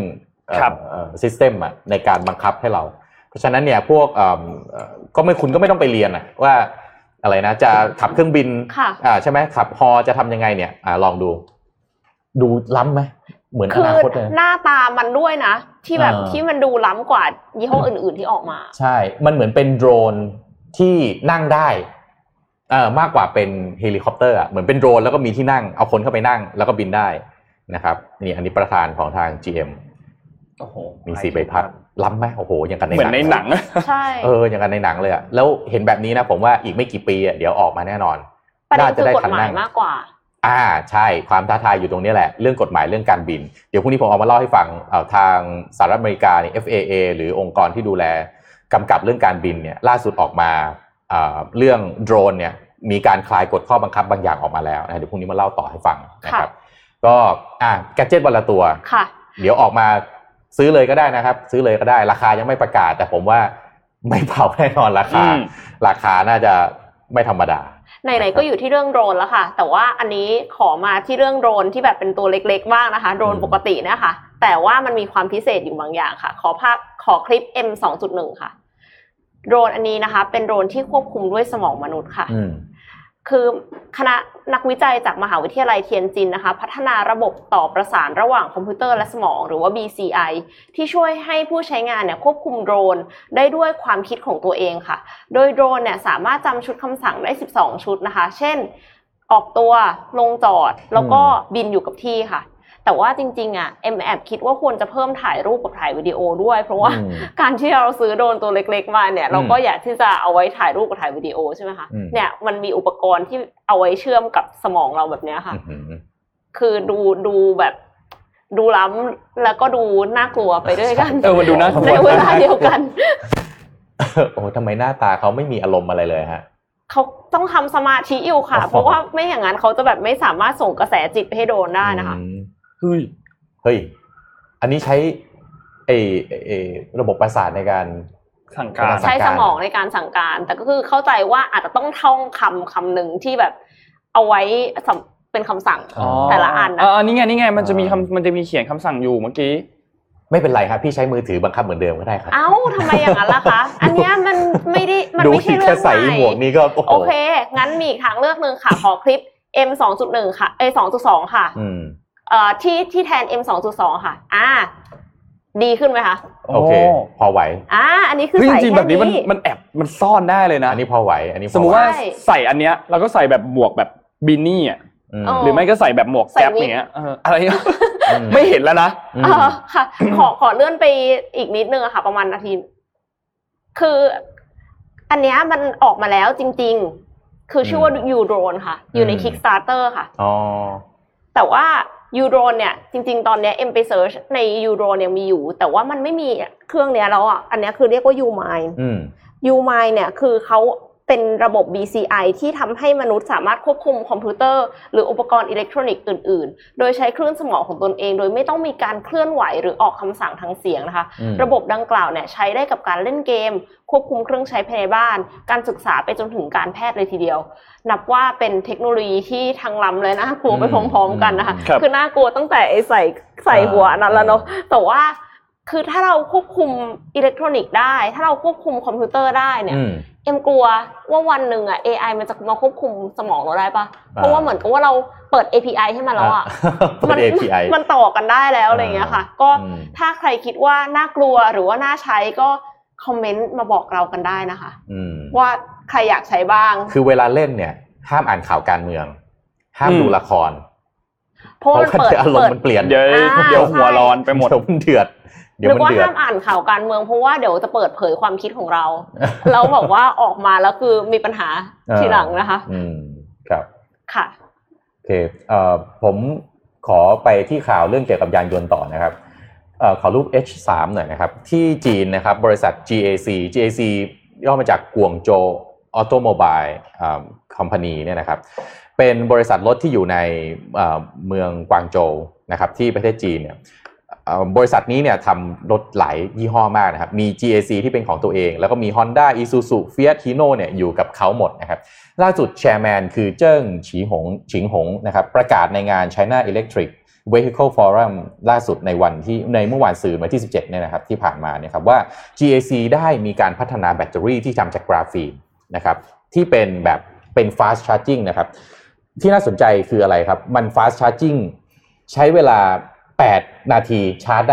system อ่ะในการบังคับให้เราเพราะฉะนั้นเนี่ยพวกคุณก็ไม่ต้องไปเรียนนะว่าอะไรนะจะขับเครื่องบินใช่ไหมขับฮอจะทำยังไงเนี่ยลองดูล้ำไหมเหมือนอนาคตเลยหน้าตามันด้วยนะที่แบบที่มันดูล้ำกว่ายี่ห้ออื่นๆที่ออกมาใช่มันเหมือนเป็นโดรนที่นั่งได้มากกว่าเป็นเฮลิคอปเตอร์อ่ะเหมือนเป็นโดรนแล้วก็มีที่นั่งเอาคนเข้าไปนั่งแล้วก็บินได้นะครับนี่อันนี้ประธานของทาง GM โอ้โหมี4ใบพัดล้ำไหมโอ้โหอย่างกันในหนังเหมือนในหนังใช่อย่างกันในหนังเลยอ่ะแล้วเห็นแบบนี้นะผมว่าอีกไม่กี่ปีอ่ะเดี๋ยวออกมาแน่นอนน่าจะได้ทันนั่งมากกว่าใช่ความท้าทายอยู่ตรงนี้แหละเรื่องกฎหมายเรื่องการบินเดี๋ยวพรุ่งนี้ผมเอามาเล่าให้ฟังทางสหรัฐอเมริกาเนี่ย FAA หรือองค์กรที่ดูแลกำกับเรื่องการบินเนี่ยล่าสุดออกมาเรื่องโดรนเนี่ยมีการคลายกฎข้อบังคับบางอย่างออกมาแล้วนะเดี๋ยวพรุ่งนี้มาเล่าต่อให้ฟังนะครับก็แกดเจ็ตวันละตัวเดี๋ยวออกมาซื้อเลยก็ได้นะครับซื้อเลยก็ได้ราคายังไม่ประกาศแต่ผมว่าไม่เผาแน่นอนราคาน่าจะไม่ธรรมดาไหนๆก็อยู่ที่เรื่องโดรนแล้วค่ะแต่ว่าอันนี้ขอมาที่เรื่องโดรนที่แบบเป็นตัวเล็กๆบ้างนะคะโดรนปกตินะคะแต่ว่ามันมีความพิเศษอยู่บางอย่างค่ะขอคลิป M2.1 ค่ะโดรนอันนี้นะคะเป็นโดรนที่ควบคุมด้วยสมองมนุษย์ค่ะคือคณะนักวิจัยจากมหาวิทยาลัยเทียนจินนะคะพัฒนาระบบต่อประสานระหว่างคอมพิวเตอร์และสมองหรือว่า BCI ที่ช่วยให้ผู้ใช้งานเนี่ยควบคุมโดรนได้ด้วยความคิดของตัวเองค่ะโดยโดรนเนี่ยสามารถจำชุดคำสั่งได้12ชุดนะคะเช่นออกตัวลงจอดแล้วก็บินอยู่กับที่ค่ะแต่ว่าจริงๆแอบคิดว่าควรจะเพิ่มถ่ายรูปกับถ่ายวิดีโอด้วยเพราะว่าการที่เราซื้อโดรนตัวเล็กๆมาเนี่ยเราก็อยากที่จะเอาไว้ถ่ายรูปกับถ่ายวิดีโอใช่ไหมคะเนี่ยมันมีอุปกรณ์ที่เอาไว้เชื่อมกับสมองเราแบบนี้ค่ะคือดูแบบดูล้ำแล้วก็ดูน่ากลัวไปด้วยกันมันดูน่ากลัวในเวลาเดียวกันโอ้ทำไมหน้าตาเขาไม่มีอารมณ์อะไรเลยฮะเขาต้องทำสมาธิอยู่ค่ะเพราะว่าไม่อย่างนั้นเขาจะแบบไม่สามารถส่งกระแสจิตไปให้โดรนได้นะคะเฮ้ยอันนี้ใช้ระบบประสาทในการสั่งการใช้สมองในการสั่งการแต่ก็คือเข้าใจว่าอาจจะต้องท่องคำหนึ่งที่แบบเอาไว้เป็นคำสั่งแต่ละอันนี่ไงมันจะมีเขียนคำสั่งอยู่เมื่อกี้ไม่เป็นไรครับพี่ใช้มือถือบังคับเหมือนเดิมก็ได้ครับทำไมอย่างนั้นล่ะคะอันนี้มันไม่ใช่เรื่องใหม่ใส่หมวกนี้ก็โอเคงั้นมีอีกทางเลือกนึงค่ะขอคลิป M2.1 ค่ะ 2.2 ค่ะที่แทน M2.2 ค่ะดีขึ้นไหมคะโอเคพอไหวอันนี้คือใส่จริงๆแบบนี้มันแอบมันซ่อนได้เลยนะอันนี้พอไหวอันนี้สมมุติว่าใส่อันเนี้ยแล้วก็ใส่แบบหมวกแบบบินนี่หรือไม่ก็ใส่แบบหมวกแก๊ปอย่างเงี้ยอะไรไม่เห็นแล้วนะค่ะขอเลื่อนไปอีกนิดนึงค่ะประมาณนาทีคืออันเนี้ยมันออกมาแล้วจริงๆคือชื่อว่า U-Drone ค่ะอยู่ใน Kickstarter ค่ะแต่ว่า U-Drone เนี่ยจริงๆตอนนี้ไปเซิร์ชใน U-Drone ยังมีอยู่แต่ว่ามันไม่มีเครื่องเนี้ยแล้วอ่ะอันนี้คือเรียกว่า U-Mine U-Mine เนี่ยคือเขาเป็นระบบ BCI ที่ทำให้มนุษย์สามารถควบคุมคอมพิวเตอร์หรืออุปกรณ์อิเล็กทรอนิกส์อื่นๆโดยใช้คลื่นสมองของตนเองโดยไม่ต้องมีการเคลื่อนไหวหรือออกคำสั่งทางเสียงนะคะระบบดังกล่าวเนี่ยใช้ได้กับการเล่นเกมควบคุมเครื่องใช้ภายในบ้านการศึกษาไปจนถึงการแพทย์เลยทีเดียวนับว่าเป็นเทคโนโลยีที่ทางล้ำเลยน่ากลัวไปพร้อมๆกันนะคะคือน่ากลัวตั้งแต่ใส่หัวนั้นแล้วเนาะแต่ว่าคือถ้าเราควบคุมอิเล็กทรอนิกส์ได้ถ้าเราควบคุมคอมพิวเตอร์ได้เนี่ยกลัวว่าวันหนึ่งอ่ะ AI มันจะมาควบคุมสมองเราได้ปะเพราะว่าเหมือนกับว่าเราเปิด API ให้มันแล้วอ่ะมันต่อกันได้แล้วอะไรอย่างเงี้ยค่ะก็ถ้าใครคิดว่าน่ากลัวหรือว่าน่าใช้ก็คอมเมนต์มาบอกเรากันได้นะคะว่าใครอยากใช้บ้างคือเวลาเล่นเนี่ยห้ามอ่านข่าวการเมืองห้ามดูละครเพราะอารมณ์มันเปลี่ยนเดี๋ยวหัวร้อนไปหมดมันเดือดหรือว่าห้ามอ่านข่าวการเมืองเพราะว่าเดี๋ยวจะเปิดเผยความคิดของเราแล้วบอกว่าออกมาแล้วคือมีปัญหาทีหลังนะคะครับค่ะโอเคผมขอไปที่ข่าวเรื่องเกี่ยวกับยานยนต์ต่อนะครับขอรูป H3 หน่อยนะครับที่จีนนะครับบริษัท GAC ย่อมาจากกวงโจวออโตโมบายคอมพานีเนี่ยนะครับเป็นบริษัทรถที่อยู่ในเมืองกวางโจวนะครับที่ประเทศจีนเนี่ยบริษัทนี้เนี่ยทำรถหลายยี่ห้อมากนะครับมี GAC ที่เป็นของตัวเองแล้วก็มี Honda Isuzu Fiat Hino เนี่ยอยู่กับเขาหมดนะครับล่าสุดแชร์แมนคือเจิ้งฉิงหงนะครับประกาศในงาน China Electric Vehicle Forum ล่าสุดในเมื่อวานซืนวันที่17เนี่ยนะครับที่ผ่านมาเนี่ยครับว่า GAC ได้มีการพัฒนาแบตเตอรี่ที่ทำจากกราฟีนนะครับที่เป็น fast charging นะครับที่น่าสนใจคืออะไรครับมัน fast charging ใช้เวลา8นาทีชาร์จได้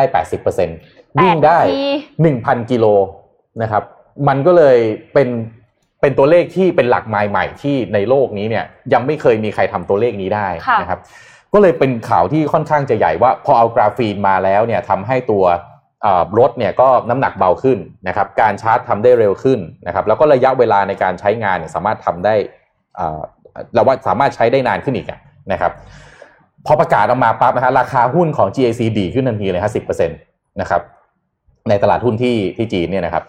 80% วิ่งได้ 1,000 กิโลนะครับมันก็เลยเป็นตัวเลขที่เป็นหลักไมล์ใหม่ที่ในโลกนี้เนี่ยยังไม่เคยมีใครทำตัวเลขนี้ได้นะครับก็เลยเป็นข่าวที่ค่อนข้างจะใหญ่ว่าพอเอากราฟีนมาแล้วเนี่ยทำให้ตัวรถเนี่ยก็น้ำหนักเบาขึ้นนะครับการชาร์จทำได้เร็วขึ้นนะครับแล้วก็ระยะเวลาในการใช้งานเนี่ยสามารถทำได้เราว่าสามารถใช้ได้นานขึ้นอีกนะครับพอประกาศออกมาปั๊บนะฮะราคาหุ้นของ GAC ดีขึ้นทันทีเลย 50% นะครับในตลาดหุ้นที่จีนเนี่ยนะครับ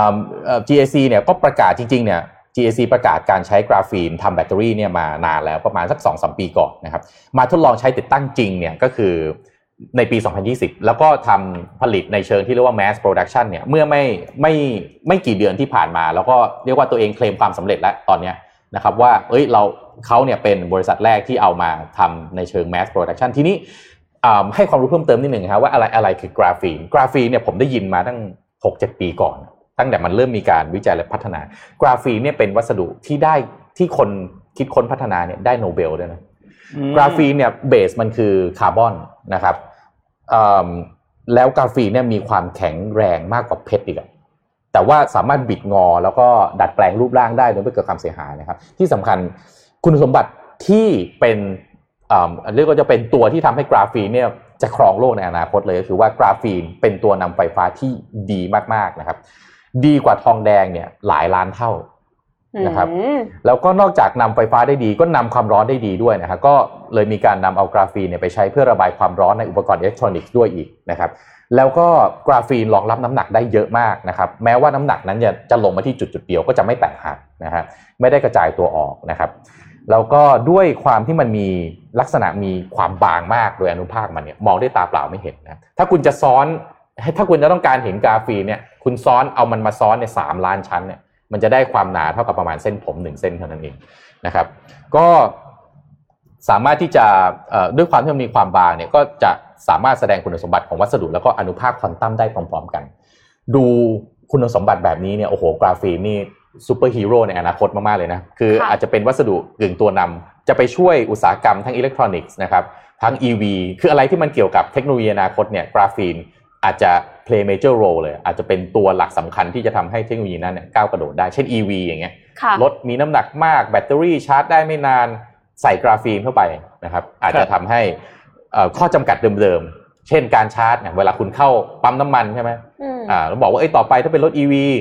GAC เนี่ยก็ประกาศจริงๆเนี่ย GAC ประกาศการใช้กราฟีนทำแบตเตอรี่เนี่ยมานานแล้วประมาณสัก 2-3 ปีก่อนนะครับมาทดลองใช้ติดตั้งจริงเนี่ยก็คือในปี2020แล้วก็ทำผลิตในเชิงที่เรียกว่า mass production เนี่ยเมื่อไม่กี่เดือนที่ผ่านมาแล้วก็เรียกว่าตัวเองเคลมความสำเร็จแล้วตอนนี้นะครับว่าเขาเนี่ยเป็นบริษัทแรกที่เอามาทำในเชิง mass production ทีนี้ให้ความรู้เพิ่มเติมนิดหนึ่งครับว่าอะไรคือกราฟีนเนี่ยผมได้ยินมาตั้ง 6-7 ปีก่อนตั้งแต่มันเริ่มมีการวิจัยและพัฒนากราฟีนเนี่ยเป็นวัสดุที่คนคิดค้นพัฒนาเนี่ยได้โนเบลด้วยนะกราฟีนเนี่ยเบสมันคือคาร์บอนนะครับแล้วกราฟีนเนี่ยมีความแข็งแรงมากกว่าเพชรอีกแต่ว่าสามารถบิดงอแล้วก็ดัดแปลงรูปร่างได้โดยไม่เกิดความเสียหายนะครับที่สำคัญคุณสมบัติที่เป็นเรียกว่าจะเป็นตัวที่ทำให้กราฟีนเนี่ยจะครองโลกในอนาคตเลยก็คือว่ากราฟีนเป็นตัวนำไฟฟ้าที่ดีมากๆนะครับดีกว่าทองแดงเนี่ยหลายล้านเท่านะครับแล้วก็นอกจากนำไฟฟ้าได้ดีก็นำความร้อนได้ดีด้วยนะครับก็เลยมีการนำเอากราฟีนเนี่ยไปใช้เพื่อระบายความร้อนในอุปกรณ์อิเล็กทรอนิกส์ด้วยอีกนะครับแล้วก็กราฟีนรองรับน้ำหนักได้เยอะมากนะครับแม้ว่าน้ำหนักนั้นจะลงมาที่จุดเดียวก็จะไม่แตกหักนะฮะไม่ได้กระจายตัวออกนะครับแล้วก็ด้วยความที่มันมีลักษณะมีความบางมากโดยอนุภาคมันเนี่ยมองด้วยตาเปล่าไม่เห็นนะถ้าคุณจะซ้อนถ้าคุณจะต้องการเห็นกราฟีนเนี่ยคุณซ้อนเอามันมาซ้อนใน3ล้านชั้นเนี่ยมันจะได้ความหนาเท่ากับประมาณเส้นผม1เส้นเท่านั้นเองนะครับก็สามารถที่จะด้วยความที่มันมีความบางเนี่ยก็จะสามารถแสดงคุณสมบัติของวัสดุแล้วก็อนุภาคควอนตัมได้พร้อมๆกันดูคุณสมบัติแบบนี้เนี่ยโอ้โหกราฟีนนี่ซูเปอร์ฮีโร่ในอนาคตมากๆเลยนะคืออาจจะเป็นวัสดุกึ่งตัวนำจะไปช่วยอุตสาหกรรมทั้งอิเล็กทรอนิกส์นะครับทั้ง EV คืออะไรที่มันเกี่ยวกับเทคโนโลยีอนาคตเนี่ยกราฟีนอาจจะ play major role เลยอาจจะเป็นตัวหลักสำคัญที่จะทำให้เทคโนโลยีนั้นเนี่ยก้าวกระโดดได้เช่น EV อย่างเงี้ยรถมีน้ำหนักมากแบตเตอรี่ชาร์จได้ไม่นานใส่กราฟีนเข้าไปนะครับอาจจะทำให้ข้อจำกัดเดิมๆเช่นการชาร์จเนี่ยเวลาคุณเข้าปั๊มน้ำมันใช่ไหมแล้วบอกว่าต่อไปถ้าเป็นรถ EV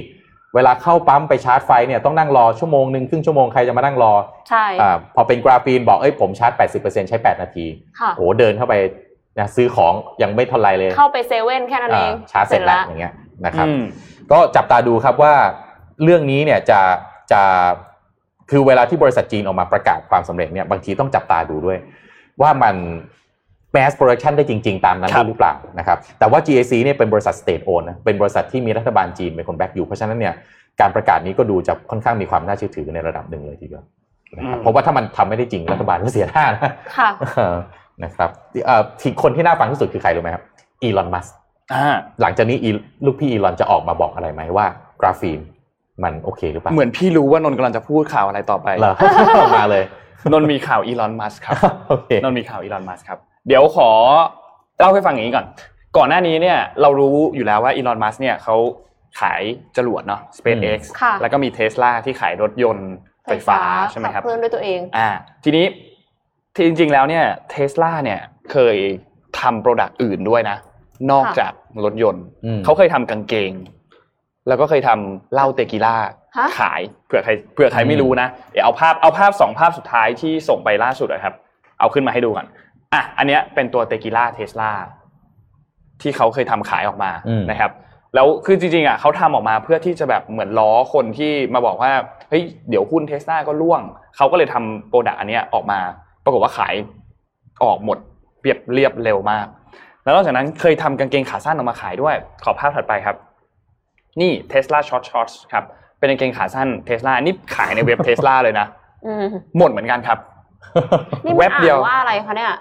เวลาเข้าปั๊มไปชาร์จไฟเนี่ยต้องนั่งรอชั่วโมงนึงครึ่งชั่วโมงใครจะมานั่งรอใช่พอเป็นกราฟีนบอกผมชาร์จ 80% ใช้8นาทีโอ้เดินเข้าไปนะซื้อของยังไม่ทันไรเลยเข้าไปเซเว่นแค่นั้นเองชาร์จเสร็จแล้วอย่างเงี้ยนะครับก็จับตาดูครับว่าเรื่องนี้เนี่ยจะคือเวลาที่บริษัทจีนออกมาประกาศความสำเร็จเนี่ยบางทีต้องจับตาดูด้วยว่ามันmass production ได้จริงๆตามนั้นหรือเปล่านะครับแต่ว่า GAC เนี่ยเป็นบริษัท state owned นะเป็นบริษัทที่มีรัฐบาลจีนเป็นคนแบ็คอยู่เพราะฉะนั้นเนี่ยการประกาศนี้ก็ดูจะค่อนข้างมีความน่าเชื่อถือในระดับหนึ่งเลยทีเดียวนะครับเพราะว่าถ้ามันทำไม่ได้จริงรัฐบาลก็เสียหน้านะค่ะนะครับที่คนที่น่าฟังที่สุดคือใครรู้ไหมครับอีลอนมัสก์หลังจากนี้ลูกพี่อีลอนจะออกมาบอกอะไรไหมว่ากราฟีนมันโอเคหรือเปล่าเหมือนพี่รู้ว่านนท์กำลังจะพูดข่าวอะไรต่อไปเหรอมาเลยนนท์มีข่าวอีลอนมัสก์ครับนนท์มีข่าวอีลอนมัสก์ครับเดี๋ยวขอเล่าให้ฟังอย่างนี้ก่อนหน้านี้เนี่ยเรารู้อยู่แล้วว่าอีลอนมัสก์เนี่ยเขาขายจรวดเนาะ SpaceX แล้วก็มี Tesla ที่ขายรถยนต์ไฟฟ้าใช่ไหมครับขับเคลื่อนด้วยตัวเองทีนี้จริงๆแล้วเนี่ย Tesla เนี่ยเคยทำโปรดักต์อื่นด้วยนะนอกจากรถยนต์เขาเคยทำกางเกงแล้วก็เคยทำเหล้าเตกิล่าขายเผื่อใครไม่รู้นะเอาภาพ2ภาพสุดท้ายที่ส่งไปล่าสุดนะครับเอาขึ้นมาให้ดูก่อนอันเนี้ยเป็นตัวเตกิล่า Tesla ที่เขาเคยทำขายออกมานะครับแล้วคือจริงๆเขาทำออกมาเพื่อที่จะแบบเหมือนล้อคนที่มาบอกว่าเฮ้ยเดี๋ยวหุ้น Tesla ก็ร่วงเขาก็เลยทำโปรดักต์อันเนี้ยออกมาปรากฏว่าขายออกหมดเรียบเร็วมากแล้วนอกจากนั้นเคยทำกางเกงขาสั้นออกมาขายด้วยขอภาพถัดไปครับนี่ Tesla Shorts ครับเป็นกางเกงขาสั้น Tesla นี่ขายในเว็บ Tesla เลยนะหมดเหมือนกันครับนี่มันอ่านว่าอะไรคะเนี่ย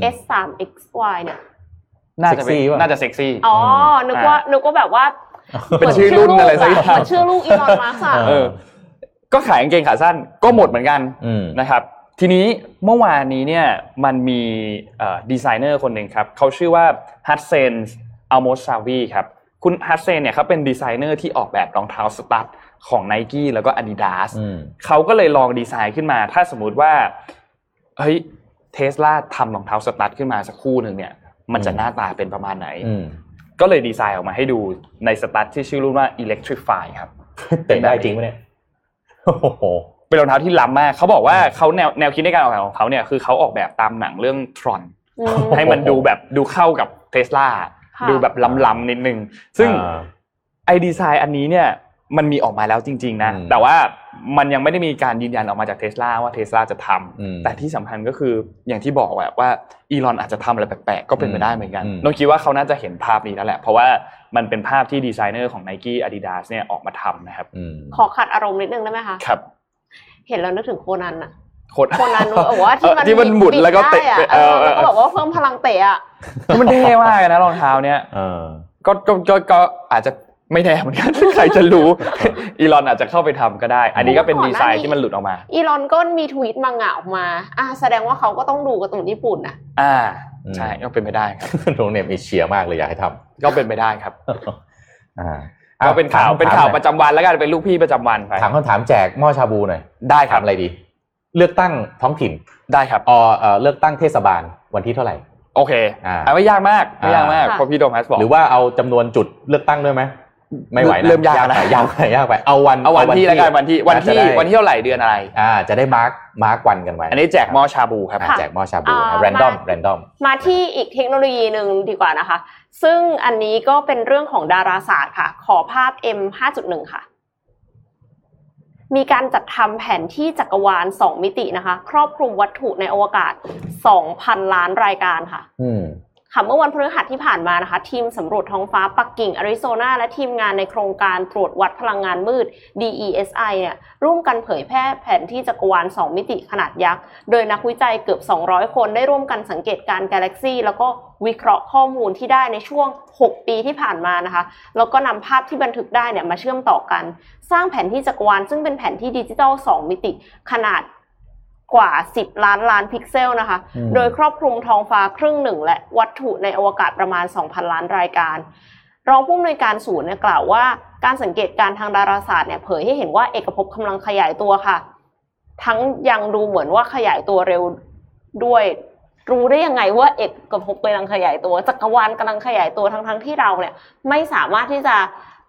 S3XY เนี่ยน่าจะเซ็กซี่นึกว่าแบบว่าเป็นชื่อรุ่นอะไรสักอย่างเหมือนชื่อลูกอีลอนมัสก์ก็ขายกางเกงขาสั้นก็หมดเหมือนกันนะครับทีนี้เมื่อวานนี้เนี่ยมันมีดีไซเนอร์คนหนึ่งครับเขาชื่อว่าฮัตเซนอัลโมซาวีครับคุณฮัตเซนเนี่ยเขาเป็นดีไซเนอร์ที่ออกแบบรองเท้าสตั๊ดของ Nike แล้วก็ Adidas เขาก็เลยลองดีไซน์ขึ้นมาถ้าสมมุติว่าเฮ้ย Tesla ทำรองเท้าสตั๊ดขึ้นมาสักคู่นึงเนี่ยมันจะหน้าตาเป็นประมาณไหนก็เลยดีไซน์ออกมาให้ดูในสตั๊ดที่ชื่อรุ่นว่า Electrify ครับเป็นได้จริงมั้ยเนี่ยโอ้โหเป็นรองเท้าที่ล้ำมากเขาบอกว่าเขาแนวคิดในการออกแบบของเขาเนี่ยคือเขาออกแบบตามหนังเรื่อง Tron ให้มันดูเข้ากับ Tesla ดูแบบล้ำๆนิดนึงซึ่งไอดีไซน์อันนี้เนี่ยมันมีออกมาแล้วจริงๆนะแต่ว่ามันยังไม่ได้มีการยืนยันออกมาจาก Tesla ว่า Tesla จะทำแต่ที่สำคัญก็คืออย่างที่บอกว่าอีลอนอาจจะทำอะไรแปลกๆก็เป็นไปได้เหมือนกันน้องคิดว่าเขาน่าจะเห็นภาพนี้แล้วแหละเพราะว่ามันเป็นภาพที่ดีไซเนอร์ของ Nike Adidas เนี่ยออกมาทำนะครับขอขัดอารมณ์นิดนึงได้ไหมคะครับเห็นแล้วนึกถึงโคนันอะโคนันบอกว่าที่มันหมุนแล้วก็เตะก็บอกว่าเพิ่มพลังเตะอะมันเท่มากนะรองเท้าเนี่ยก็อาจจะไม่แน่เหมือนกันใครจะรู้อีลอนอาจจะเข้าไปทำก็ได้อันนี้ก็เป็นดีไซน์ที่มันหลุดออกมาอีลอนก็มีทวีตมังงะออกมาแสดงว่าเขาก็ต้องดูการ์ตูนญี่ปุ่นนะใช่ก็เป็นไปได้ครับโรงเรียนเอเชียมากเลยอยากให้ทำก็เป็นไปได้ครับก็เป็นข่าวประจำวันแล้วกันเป็นลูกพี่ประจำวันไปถามคำถามแจกหม้อชาบูหน่อยได้ครับอะไรดีเลือกตั้งท้องถิ่นได้ครับเลือกตั้งเทศบาลวันที่เท่าไหร่โอเคไม่ยากมากเพราะพี่โดมัสบอกหรือว่าเอาจำนวนจุดเลือกตั้งด้วยไหมไม่ไหวนะเริ่มยากไปเอาวันที่แล้วกันวันที่เท่าไหร่เดือนอะไรจะได้มาร์กวันกันไว้อันนี้แจกหม้อชาบูครับแจกหม้อชาบูแรนดอมมาที่อีกเทคโนโลยีนึงดีกว่านะคะซึ่งอันนี้ก็เป็นเรื่องของดาราศาสตร์ค่ะขอภาพ M5.1 ค่ะมีการจัดทำแผนที่จักรวาล2มิตินะคะครอบคลุมวัตถุในอวกาศ 2,000 ล้านรายการค่ะเมื่อวันพฤหัสที่ผ่านมานะคะทีมสำรวจท้องฟ้าปักกิ่งอาริโซนาและทีมงานในโครงการตรวจวัดพลังงานมืด DESI เนี่ยร่วมกันเผยแพร่แผนที่จักรวาล2มิติขนาดยักษ์โดยนักวิจัยเกือบ200คนได้ร่วมกันสังเกตการกาแล็กซีแล้วก็วิเคราะห์ข้อมูลที่ได้ในช่วง6ปีที่ผ่านมานะคะแล้วก็นำภาพที่บันทึกได้เนี่ยมาเชื่อมต่อกันสร้างแผนที่จักรวาลซึ่งเป็นแผนที่ดิจิทัล2มิติขนาดกว่า10ล้านพิกเซลนะคะโดยครอบคลุมท้องฟ้าครึ่งหนึ่งและวัตถุในอวกาศประมาณ 2,000 ล้านรายการรองผู้อำนวยการศูนย์เนี่ยกล่าวว่าการสังเกตการทางดาราศาสตร์เนี่ยเผยให้เห็นว่าเอกภพกำลังขยายตัวค่ะทั้งยังดูเหมือนว่าขยายตัวเร็วด้วยรู้ได้ยังไงว่าเอกภพกำลังขยายตัวจักรวาลกำลังขยายตัวทั้งที่เราเนี่ยไม่สามารถที่จะ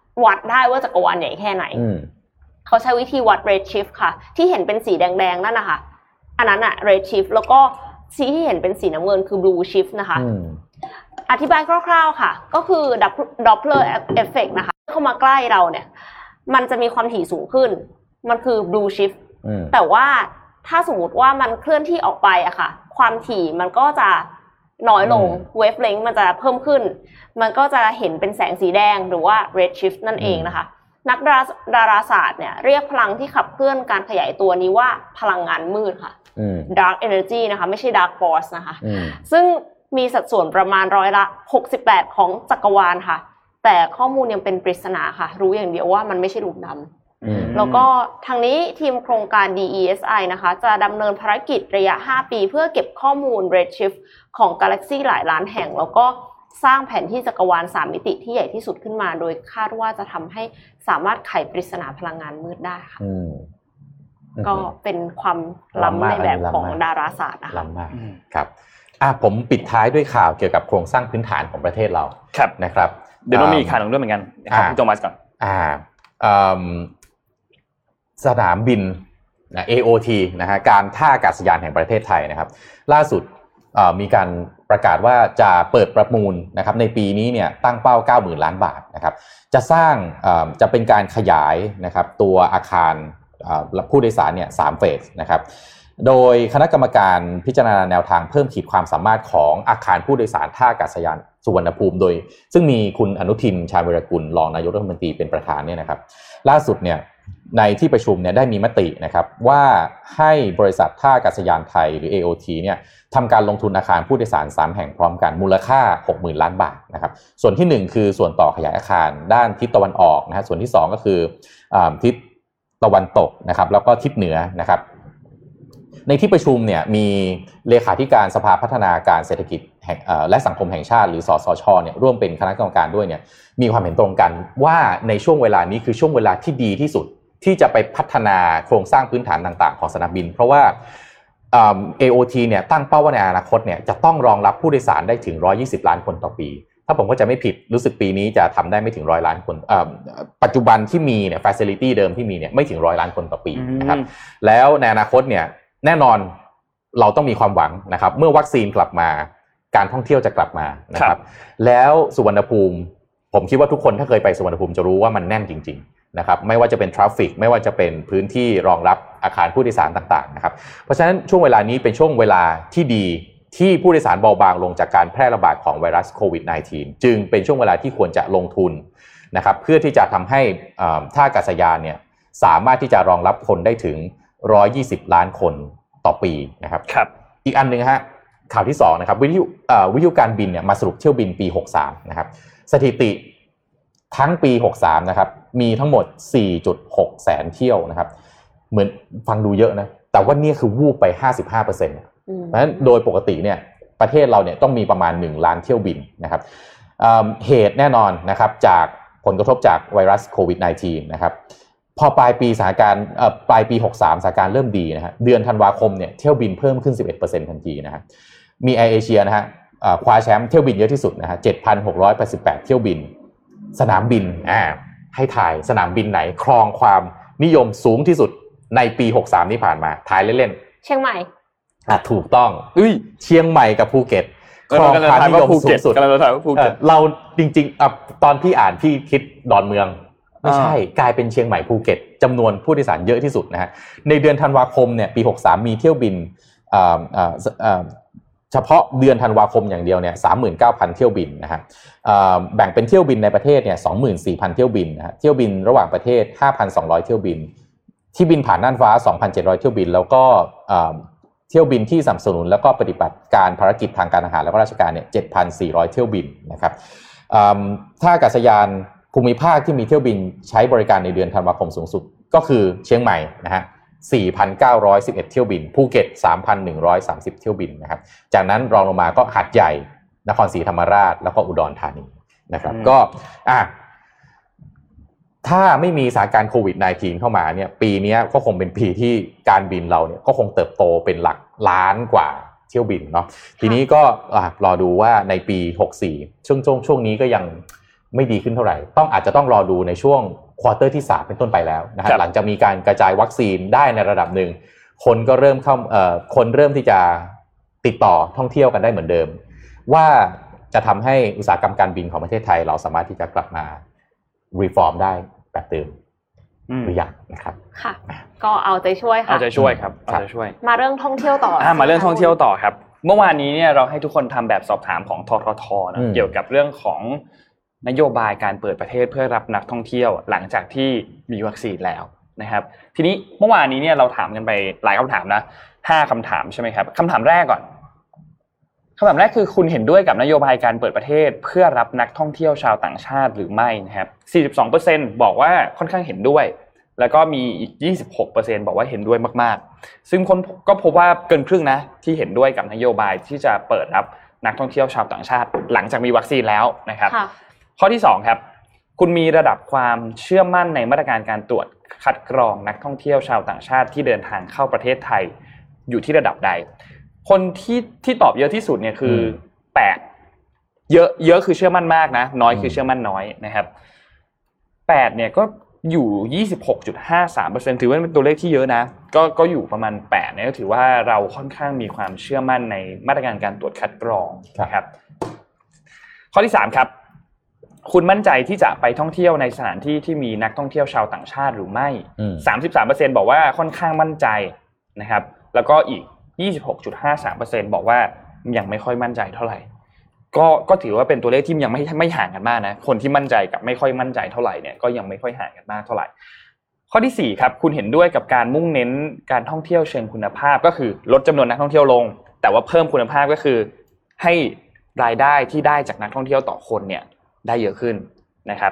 วัดได้ว่าจักรวาลใหญ่แค่ไหนเขาใช้วิธีวัด redshift ค่ะที่เห็นเป็นสีแดงๆนั่นนะคะอันนั้นอะ redshift แล้วก็สีที่เห็นเป็นสีน้ำเงินคือ blue shift นะคะอธิบายคร่าวๆค่ะก็คือ Doppler effect นะคะเข้ามาใกล้เราเนี่ยมันจะมีความถี่สูงขึ้นมันคือ blue shift แต่ว่าถ้าสมมติว่ามันเคลื่อนที่ออกไปอะค่ะความถี่มันก็จะน้อยลง wavelength มันจะเพิ่มขึ้นมันก็จะเห็นเป็นแสงสีแดงหรือว่า redshift นั่นเองนะคะนักดาราศาสตร์เนี่ยเรียกพลังที่ขับเคลื่อนการขยายตัวนี้ว่าพลังงานมืดค่ะ dark energy นะคะไม่ใช่ dark force นะคะซึ่งมีสัดส่วนประมาณ68%ของจักรวาลค่ะแต่ข้อมูลยังเป็นปริศนาค่ะรู้อย่างเดียวว่ามันไม่ใช่หลุมดำแล้วก็ทางนี้ทีมโครงการ DESI นะคะจะดำเนินภารกิจระยะ5ปีเพื่อเก็บข้อมูล redshift ของกาแล็กซีหลายล้านแห่งแล้วก็สร้างแผนที่จักรวาล3มิติที่ใหญ่ที่สุดขึ้นมาโดยคาดว่าจะทำให้สามารถไขปริศนาพลังงานมืดได้ค่ะก็เป็นความล้ำในแบบของดาราศาสตร์นะคะล้ำมากครับผมปิดท้ายด้วยข่าวเกี่ยวกับโครงสร้างพื้นฐานของประเทศเรานะครับเดี๋ยวเรามีอีกข่าวนึงด้วยเหมือนกันนะครับพี่โทมัสก่อนสนามบินAOT นะฮะการท่าอากาศยานแห่งประเทศไทยนะครับล่าสุดมีการประกาศว่าจะเปิดประมูลนะครับในปีนี้เนี่ยตั้งเป้า 90,000 ล้านบาทนะครับจะสร้างจะเป็นการขยายนะครับตัวอาคารผู้โดยสารเนี่ย3เฟสนะครับโดยคณะกรรมการพิจารณาแนวทางเพิ่มขีดความสามารถของอาคารผู้โดยสารท่าอากาศยานสุวรรณภูมิโดยซึ่งมีคุณอนุทินชาญวีรกุลรองนายกรัฐมนตรีเป็นประธานเนี่ยนะครับล่าสุดเนี่ยในที่ประชุมเนี่ยได้มีมตินะครับว่าให้บริษัทท่าอากาศยานไทยหรือ AOT เนี่ยทำการลงทุนอาคารผู้โดยสาร3แห่งพร้อมกันมูลค่า 60,000 ล้านบาทนะครับส่วนที่1คือส่วนต่อขยายอาคารด้านทิศตะวันออกนะฮะส่วนที่2ก็คือทิศตะวันตกนะครับแล้วก็ทิศเหนือนะครับในที่ประชุมเนี่ยมีเลขาธิการสภาพัฒนาการเศรษฐกิจและสังคมแห่งชาติหรือสสชเนี่ยร่วมเป็นคณะกรรมการด้วยเนี่ยมีความเห็นตรงกันว่าในช่วงเวลานี้คือช่วงเวลาที่ดีที่สุดที่จะไปพัฒนาโครงสร้างพื้นฐานต่างๆของสนามบินเพราะว่าAOT เนี่ยตั้งเป้าว่าในอนาคตเนี่ยจะต้องรองรับผู้โดยสารได้ถึง120ล้านคนต่อปีถ้าผมก็จะไม่ผิดรู้สึกปีนี้จะทำได้ไม่ถึง100ล้านคนปัจจุบันที่มีเนี่ย facility เดิมที่มีเนี่ยไม่ถึง100ล้านคนต่อปีนะครับแล้วในอนาคตเนี่ยแน่นอนเราต้องมีความหวังนะครับเมื่อวัคซีนกลับมาการท่องเที่ยวจะกลับมานะครับแล้วสุวรรณภูมิผมคิดว่าทุกคนถ้าเคยไปสุวรรณภูมิจะรู้ว่ามันแน่นจริงๆนะครับไม่ว่าจะเป็นทราฟฟิกไม่ว่าจะเป็นพื้นที่รองรับอาคารผู้โดยสารต่างๆนะครับเพราะฉะนั้นช่วงเวลานี้เป็นช่วงเวลาที่ดีที่ผู้โดยสารเบาบางลงจากการแพร่ระบาดของไวรัสโควิด -19 จึงเป็นช่วงเวลาที่ควรจะลงทุนนะครับเพื่อที่จะทำให้ท่าอากาศยานเนี่ยสามารถที่จะรองรับคนได้ถึง120ล้านคนต่อปีนะครับอีกอันนึงฮะข่าวที่2นะครับวิทยุการบินเนี่ยมาสรุปเที่ยวบินปี63นะครับสถิติทั้งปี63นะครับมีทั้งหมด 4.6 แสนเที่ยวนะครับเหมือนฟังดูเยอะนะแต่ว่านี่คือวูบไป 55% เพราะฉะนั้นโดยปกติเนี่ยประเทศเราเนี่ยต้องมีประมาณ1ล้านเที่ยวบินนะครับเหตุแน่นอนนะครับจากผลกระทบจากไวรัสโควิด -19 นะครับพอปลายปีสถานการณ์ปลายปี63สถานการณ์เริ่มดีนะฮะเดือนธันวาคมเนี่ยเที่ยวบินเพิ่มขึ้น 11% ทันทีนะฮะมีแอร์เอเชียนะฮะคว้าแชมป์เที่ยวบินเยอะที่สุดนะฮะ 7,688 เที่ยวบินสนามบินให้ถ่ายสนามบินไหนครองความนิยมสูงที่สุดในปี63ที่ผ่านมาถ่ายเล่นๆเชียงใหม่ถูกต้องเชียงใหม่กับภูเก็ตครองความนิยมสูงสุดเราจริงๆตอนที่อ่านพี่คิดดอนเมืองไม่ใช่กลายเป็นเชียงใหม่ภูเก็ตจำนวนผู้โดยสารเยอะที่สุดนะฮะในเดือนธันวาคมเนี่ยปี63มีเที่ยวบินเฉพาะเดือนธันวาคมอย่างเดียวเนี่ย 39,000 เที่ยวบินนะฮะแบ่งเป็นเที่ยวบินในประเทศเนี่ย 24,000 เที่ยวบินนะฮะเที่ยวบินระหว่างประเทศ 5,200 เที่ยวบินที่บินผ่านน่านฟ้า 2,700 เที่ยวบินแล้วก็เที่ยวบินที่สนับสนุนแล้วก็ปฏิบัติการภารกิจทางการทหารและก็ราชการเนี่ย 7,400 เที่ยวบินนะครับท่าอากาศยานภูมิภาคที่มีเที่ยวบินใช้บริการในเดือนธันวาคมสูงสุดก็คือเชียงใหม่นะฮะ 4,911 เที่ยวบินภูเก็ต 3,130 เที่ยวบินนะครับจากนั้นรองลงมาก็หาดใหญ่นครศรีธรรมราชแล้วก็อุดรธานีนะครับก็ถ้าไม่มีสถานการณ์โควิด -19 เข้ามาเนี่ยปีนี้ก็คงเป็นปีที่การบินเราเนี่ยก็คงเติบโตเป็นหลักล้านกว่าเที่ยวบินเนาะทีนี้ก็รอดูว่าในปี64ช่วงนี้ก็ยังไม่ดีขึ้นเท่าไหร่อาจจะต้องรอดูในช่วงควอเตอร์ที่3เป็นต้นไปแล้วนะครับหลังจากมีการกระจายวัคซีนได้ในระดับหนึ่งคนก็เริ่มคนเริ่มที่จะติดต่อท่องเที่ยวกันได้เหมือนเดิมว่าจะทำให้อุตสาหกรรมการบินของประเทศไทยเราสามารถที่จะกลับมารีฟอร์มได้แบบเดิมหรือยังนะครับค่ะก็เอาใจช่วยค่ะเอาใจช่วยครับเอาใจช่วยมาเรื่องท่องเที่ยวต่อมาเรื่องท่องเที่ยวต่อครับเมื่อวานนี้เนี่ยเราให้ทุกคนทำแบบสอบถามของททท.นะเกี่ยวกับเรื่องของนโยบายการเปิดประเทศเพื่อรับนักท่องเที่ยวหลังจากที่มีวัคซีนแล้วนะครับทีนี้เมื่อวานนี้เนี่ยเราถามกันไปหลายคำถามนะ5คำถามใช่ไหมครับคำถามแรกก่อนคำถามแรกคือคุณเห็นด้วยกับนโยบายการเปิดประเทศเพื่อรับนักท่องเที่ยวชาวต่างชาติหรือไม่นะครับ 42% บอกว่าค่อนข้างเห็นด้วยแล้วก็มีอีก 26% บอกว่าเห็นด้วยมากๆซึ่งคนก็พบว่าเกินครึ่งนะที่เห็นด้วยกับนโยบายที่จะเปิดรับนักท่องเที่ยวชาวต่างชาติหลังจากมีวัคซีนแล้วนะครับข้อที่2ครับคุณมีระดับความเชื่อมั่นในมาตรการการตรวจคัดกรองนักท่องเที่ยวชาวต่างชาติที่เดินทางเข้าประเทศไทยอยู่ที่ระดับใดคนที่ตอบเยอะที่สุดเนี่ยคือ8เยอะคือเชื่อมั่นมากนะน้อยคือเชื่อมั่นน้อยนะครับ8เนี่ยก็อยู่ 26.53% ถือว่าเป็นตัวเลขที่เยอะนะก็อยู่ประมาณ8เนี่ยก็ถือว่าเราค่อนข้างมีความเชื่อมั่นในมาตรการการตรวจคัดกรองนะครับข้อที่3ครับคุณมั่นใจที่จะไปท่องเที่ยวในสถานที่ที่มีนักท่องเที่ยวชาวต่างชาติหรือไม่ 33% บอกว่าค่อนข้างมั่นใจนะครับแล้วก็อีก 26.53% บอกว่ายังไม่ค่อยมั่นใจเท่าไหร่ก็ถือว่าเป็นตัวเลขที่ยังไม่ห่างกันมากนะคนที่มั่นใจกับไม่ค่อยมั่นใจเท่าไหร่เนี่ยก็ยังไม่ค่อยห่างกันมากเท่าไหร่ข้อที่4ครับคุณเห็นด้วยกับการมุ่งเน้นการท่องเที่ยวเชิงคุณภาพก็คือลดจำนวนนักท่องเที่ยวลงแต่ว่าเพิ่มคุณภาพก็คือให้รายได้ที่ได้จากนักท่องเที่ยวต่อคนเนี่ยได้เยอะขึ้นนะครับ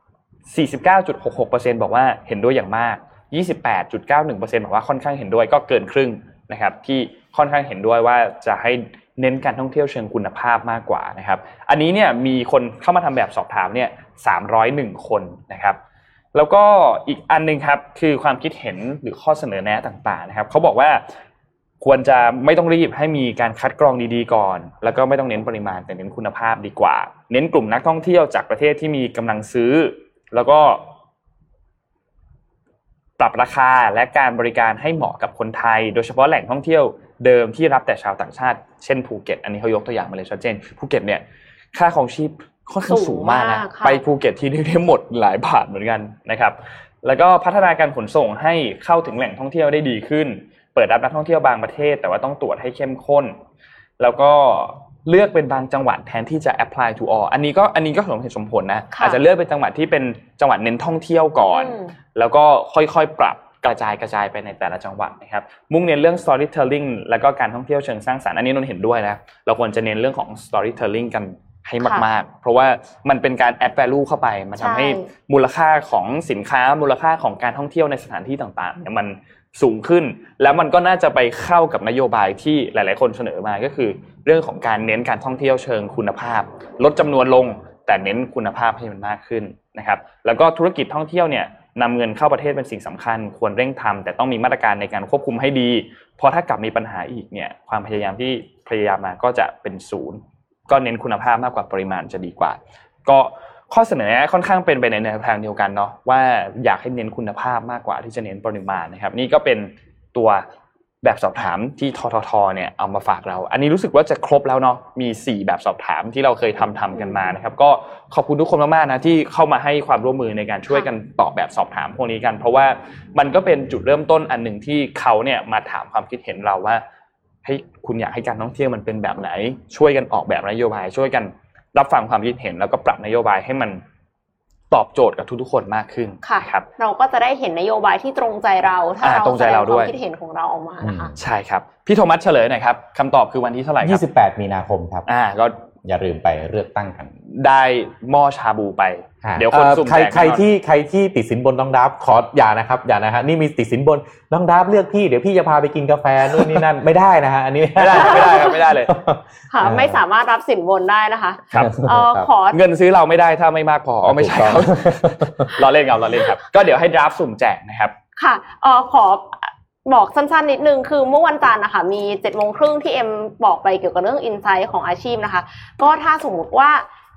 49.66% บอกว่าเห็นด้วยอย่างมาก 28.91% บอกว่าค่อนข้างเห็นด้วยก็เกินครึ่งนะครับที่ค่อนข้างเห็นด้วยว่าจะให้เน้นการท่องเที่ยวเชิงคุณภาพมากกว่านะครับอันนี้เนี่ยมีคนเข้ามาทำแบบสอบถามเนี่ย301คนนะครับแล้วก็อีกอันนึงครับคือความคิดเห็นหรือข้อเสนอแนะต่างๆนะครับเขาบอกว่าควรจะไม่ต้องรีบให้มีการคัดกรองดีๆก่อนแล้วก็ไม่ต้องเน้นปริมาณแต่เน้นคุณภาพดีกว่าเน้นกลุ่มนักท่องเที่ยวจากประเทศที่มีกำลังซื้อแล้วก็ปรับราคาและการบริการให้เหมาะกับคนไทยโดยเฉพาะแหล่งท่องเที่ยวเดิมที่รับแต่ชาวต่างชาติเช่นภูเก็ตอันนี้เขายกตัวอย่างมาเลยชัดเจนภูเก็ตเนี่ยค่าครองชีพค่อนข้างสูงมากนะไปภูเก็ตที่นี่ได้หมดหลายบาทเหมือนกันนะครับแล้วก็พัฒนาการขนส่งให้เข้าถึงแหล่งท่องเที่ยวได้ดีขึ้นเปิดรับนักท่องเที่ยวบางประเทศแต่ว่าต้องตรวจให้เข้มข้นแล้วก็เลือกเป็นบางจังหวัดแทนที่จะ apply to all อันนี้ก็สมเหตุสมผลนะอาจจะเลือกเป็นจังหวัดที่เป็นจังหวัดเน้นท่องเที่ยวก่อนแล้วก็ค่อยๆปรับกระจายไปในแต่ละจังหวัดนะครับมุ่งเน้นเรื่อง storytelling แล้วก็การท่องเที่ยวเชิงสร้างสรรค์อันนี้นนเห็นด้วยนะเราควรจะเน้นเรื่องของ storytelling กันให้มากๆเพราะว่ามันเป็นการ add value เข้าไปมันทำให้มูลค่าของสินค้ามูลค่าของการท่องเที่ยวในสถานที่ต่างๆเนี่ยมันสูงขึ้นแล้วมันก็น่าจะไปเข้ากับนโยบายที่หลายๆคนเสนอมาก็คือเรื่องของการเน้นการท่องเที่ยวเชิงคุณภาพลดจำนวนลงแต่เน้นคุณภาพให้มันมากขึ้นนะครับแล้วก็ธุรกิจท่องเที่ยวเนี่ยนำเงินเข้าประเทศเป็นสิ่งสำคัญควรเร่งทำแต่ต้องมีมาตรการในการควบคุมให้ดีเพราะถ้ากลับมีปัญหาอีกเนี่ยความพยายามที่พยายามมาก็จะเป็นศูนย์ก็เน้นคุณภาพมากกว่าปริมาณจะดีกว่าก็ข้อเสนอค่อนข้างเป็นไปในแนวทางเดียวกันเนาะว่าอยากให้เน้นคุณภาพมากกว่าที่จะเน้นปริมาณนะครับนี่ก็เป็นตัวแบบสอบถามที่ทททเนี่ยเอามาฝากเราอันนี้รู้สึกว่าจะครบแล้วเนาะมี4แบบสอบถามที่เราเคยทำกันมานะครับก็ขอบคุณทุกคนมากๆนะที่เข้ามาให้ความร่วมมือในการช่วยกันตอบแบบสอบถามพวกนี้กันเพราะว่ามันก็เป็นจุดเริ่มต้นอันนึงที่เขาเนี่ยมาถามความคิดเห็นเราว่าให้คุณอยากให้การท่องเที่ยวมันเป็นแบบไหนช่วยกันออกแบบนโยบายช่วยกันรับฟังความคิดเห็นแล้วก็ปรับนโยบายให้มันตอบโจทย์กับทุกๆคนมากขึ้นครับเราก็จะได้เห็นนโยบายที่ตรงใจเราถ้าเราแสดงความคิดเห็นของเราออกมานะคะใช่ครับพี่โทมัสเฉลยหน่อยครับคำตอบคือวันที่เท่าไหร่ครับ 28มีนาคมครับก็อย่าลืมไปเลือกตั้งกันได้หม้อชาบูไปเดี๋ยวคนสุ่มแจกใครที่ติดสินบนน้องดับขออย่านะฮะนี่มีติดสินบนน้องดับเลือกพี่เดี๋ยวพี่จะพาไปกินกาแฟนู่นนี่นั่นไม่ได้นะฮะอันนี้ไม่ได้เลยค่ะไม่สามารถรับสินบนได้นะคะครับขอเงินซื้อเราไม่ได้ถ้าไม่มากพอไม่ใช่ครับเราเล่นครับก็เดี๋ยวให้ดับสุ่มแจกนะครับค่ะขอบอกสั้นๆนิดนึงคือเมื่อวันจันทร์นะคะมี 7:30 นที่เอ็มบอกไปเกี่ยวกับเรื่อง insight ของอาชีพนะคะก็ถ้าสมมุติว่า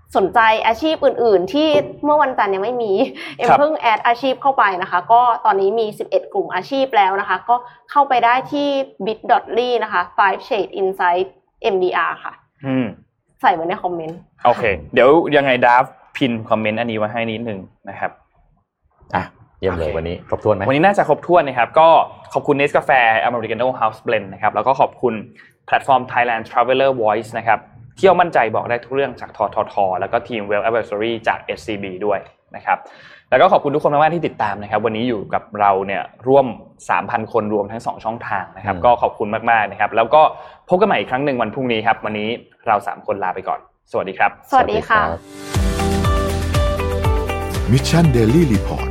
สนใจอาชีพอื่นๆที่เมื่อวันจันทร์ยังไม่มีเพิ่งแอดอาชีพเข้าไปนะคะก็ตอนนี้มี11กลุ่มอาชีพแล้วนะคะก็เข้าไปได้ที่ bit.ly นะคะ 5 Shade Insight MDR ค่ะใส่ไว้ในคอมเมนต์โอเคเดี๋ยวยังไงดราฟพินคอมเมนต์อันนี้ไว้ให้นิดนึงนะครับเยี่ยมเลยวันนี้ครบถ้วนไหมวันนี้น่าจะครบถ้วนนะครับก็ขอบคุณ Nescafe Americano House Blend นะครับแล้วก็ขอบคุณแพลตฟอร์ม Thailand Traveler Voice นะครับเที่ยวมั่นใจบอกได้ทุกเรื่องจากททแล้วก็ทีม Well Advisory จาก SCB ด้วยนะครับแล้วก็ขอบคุณทุกคนมากๆที่ติดตามนะครับวันนี้อยู่กับเราเนี่ยร่วม 3,000 คนรวมทั้ง2ช่องทางนะครับก็ขอบคุณมากๆนะครับแล้วก็พบกันใหม่อีกครั้งนึงวันพรุ่งนี้ครับวันนี้เรา3คนลาไปก่อนสวัสดีครับสวัสดีค่ะ Mission Daily Report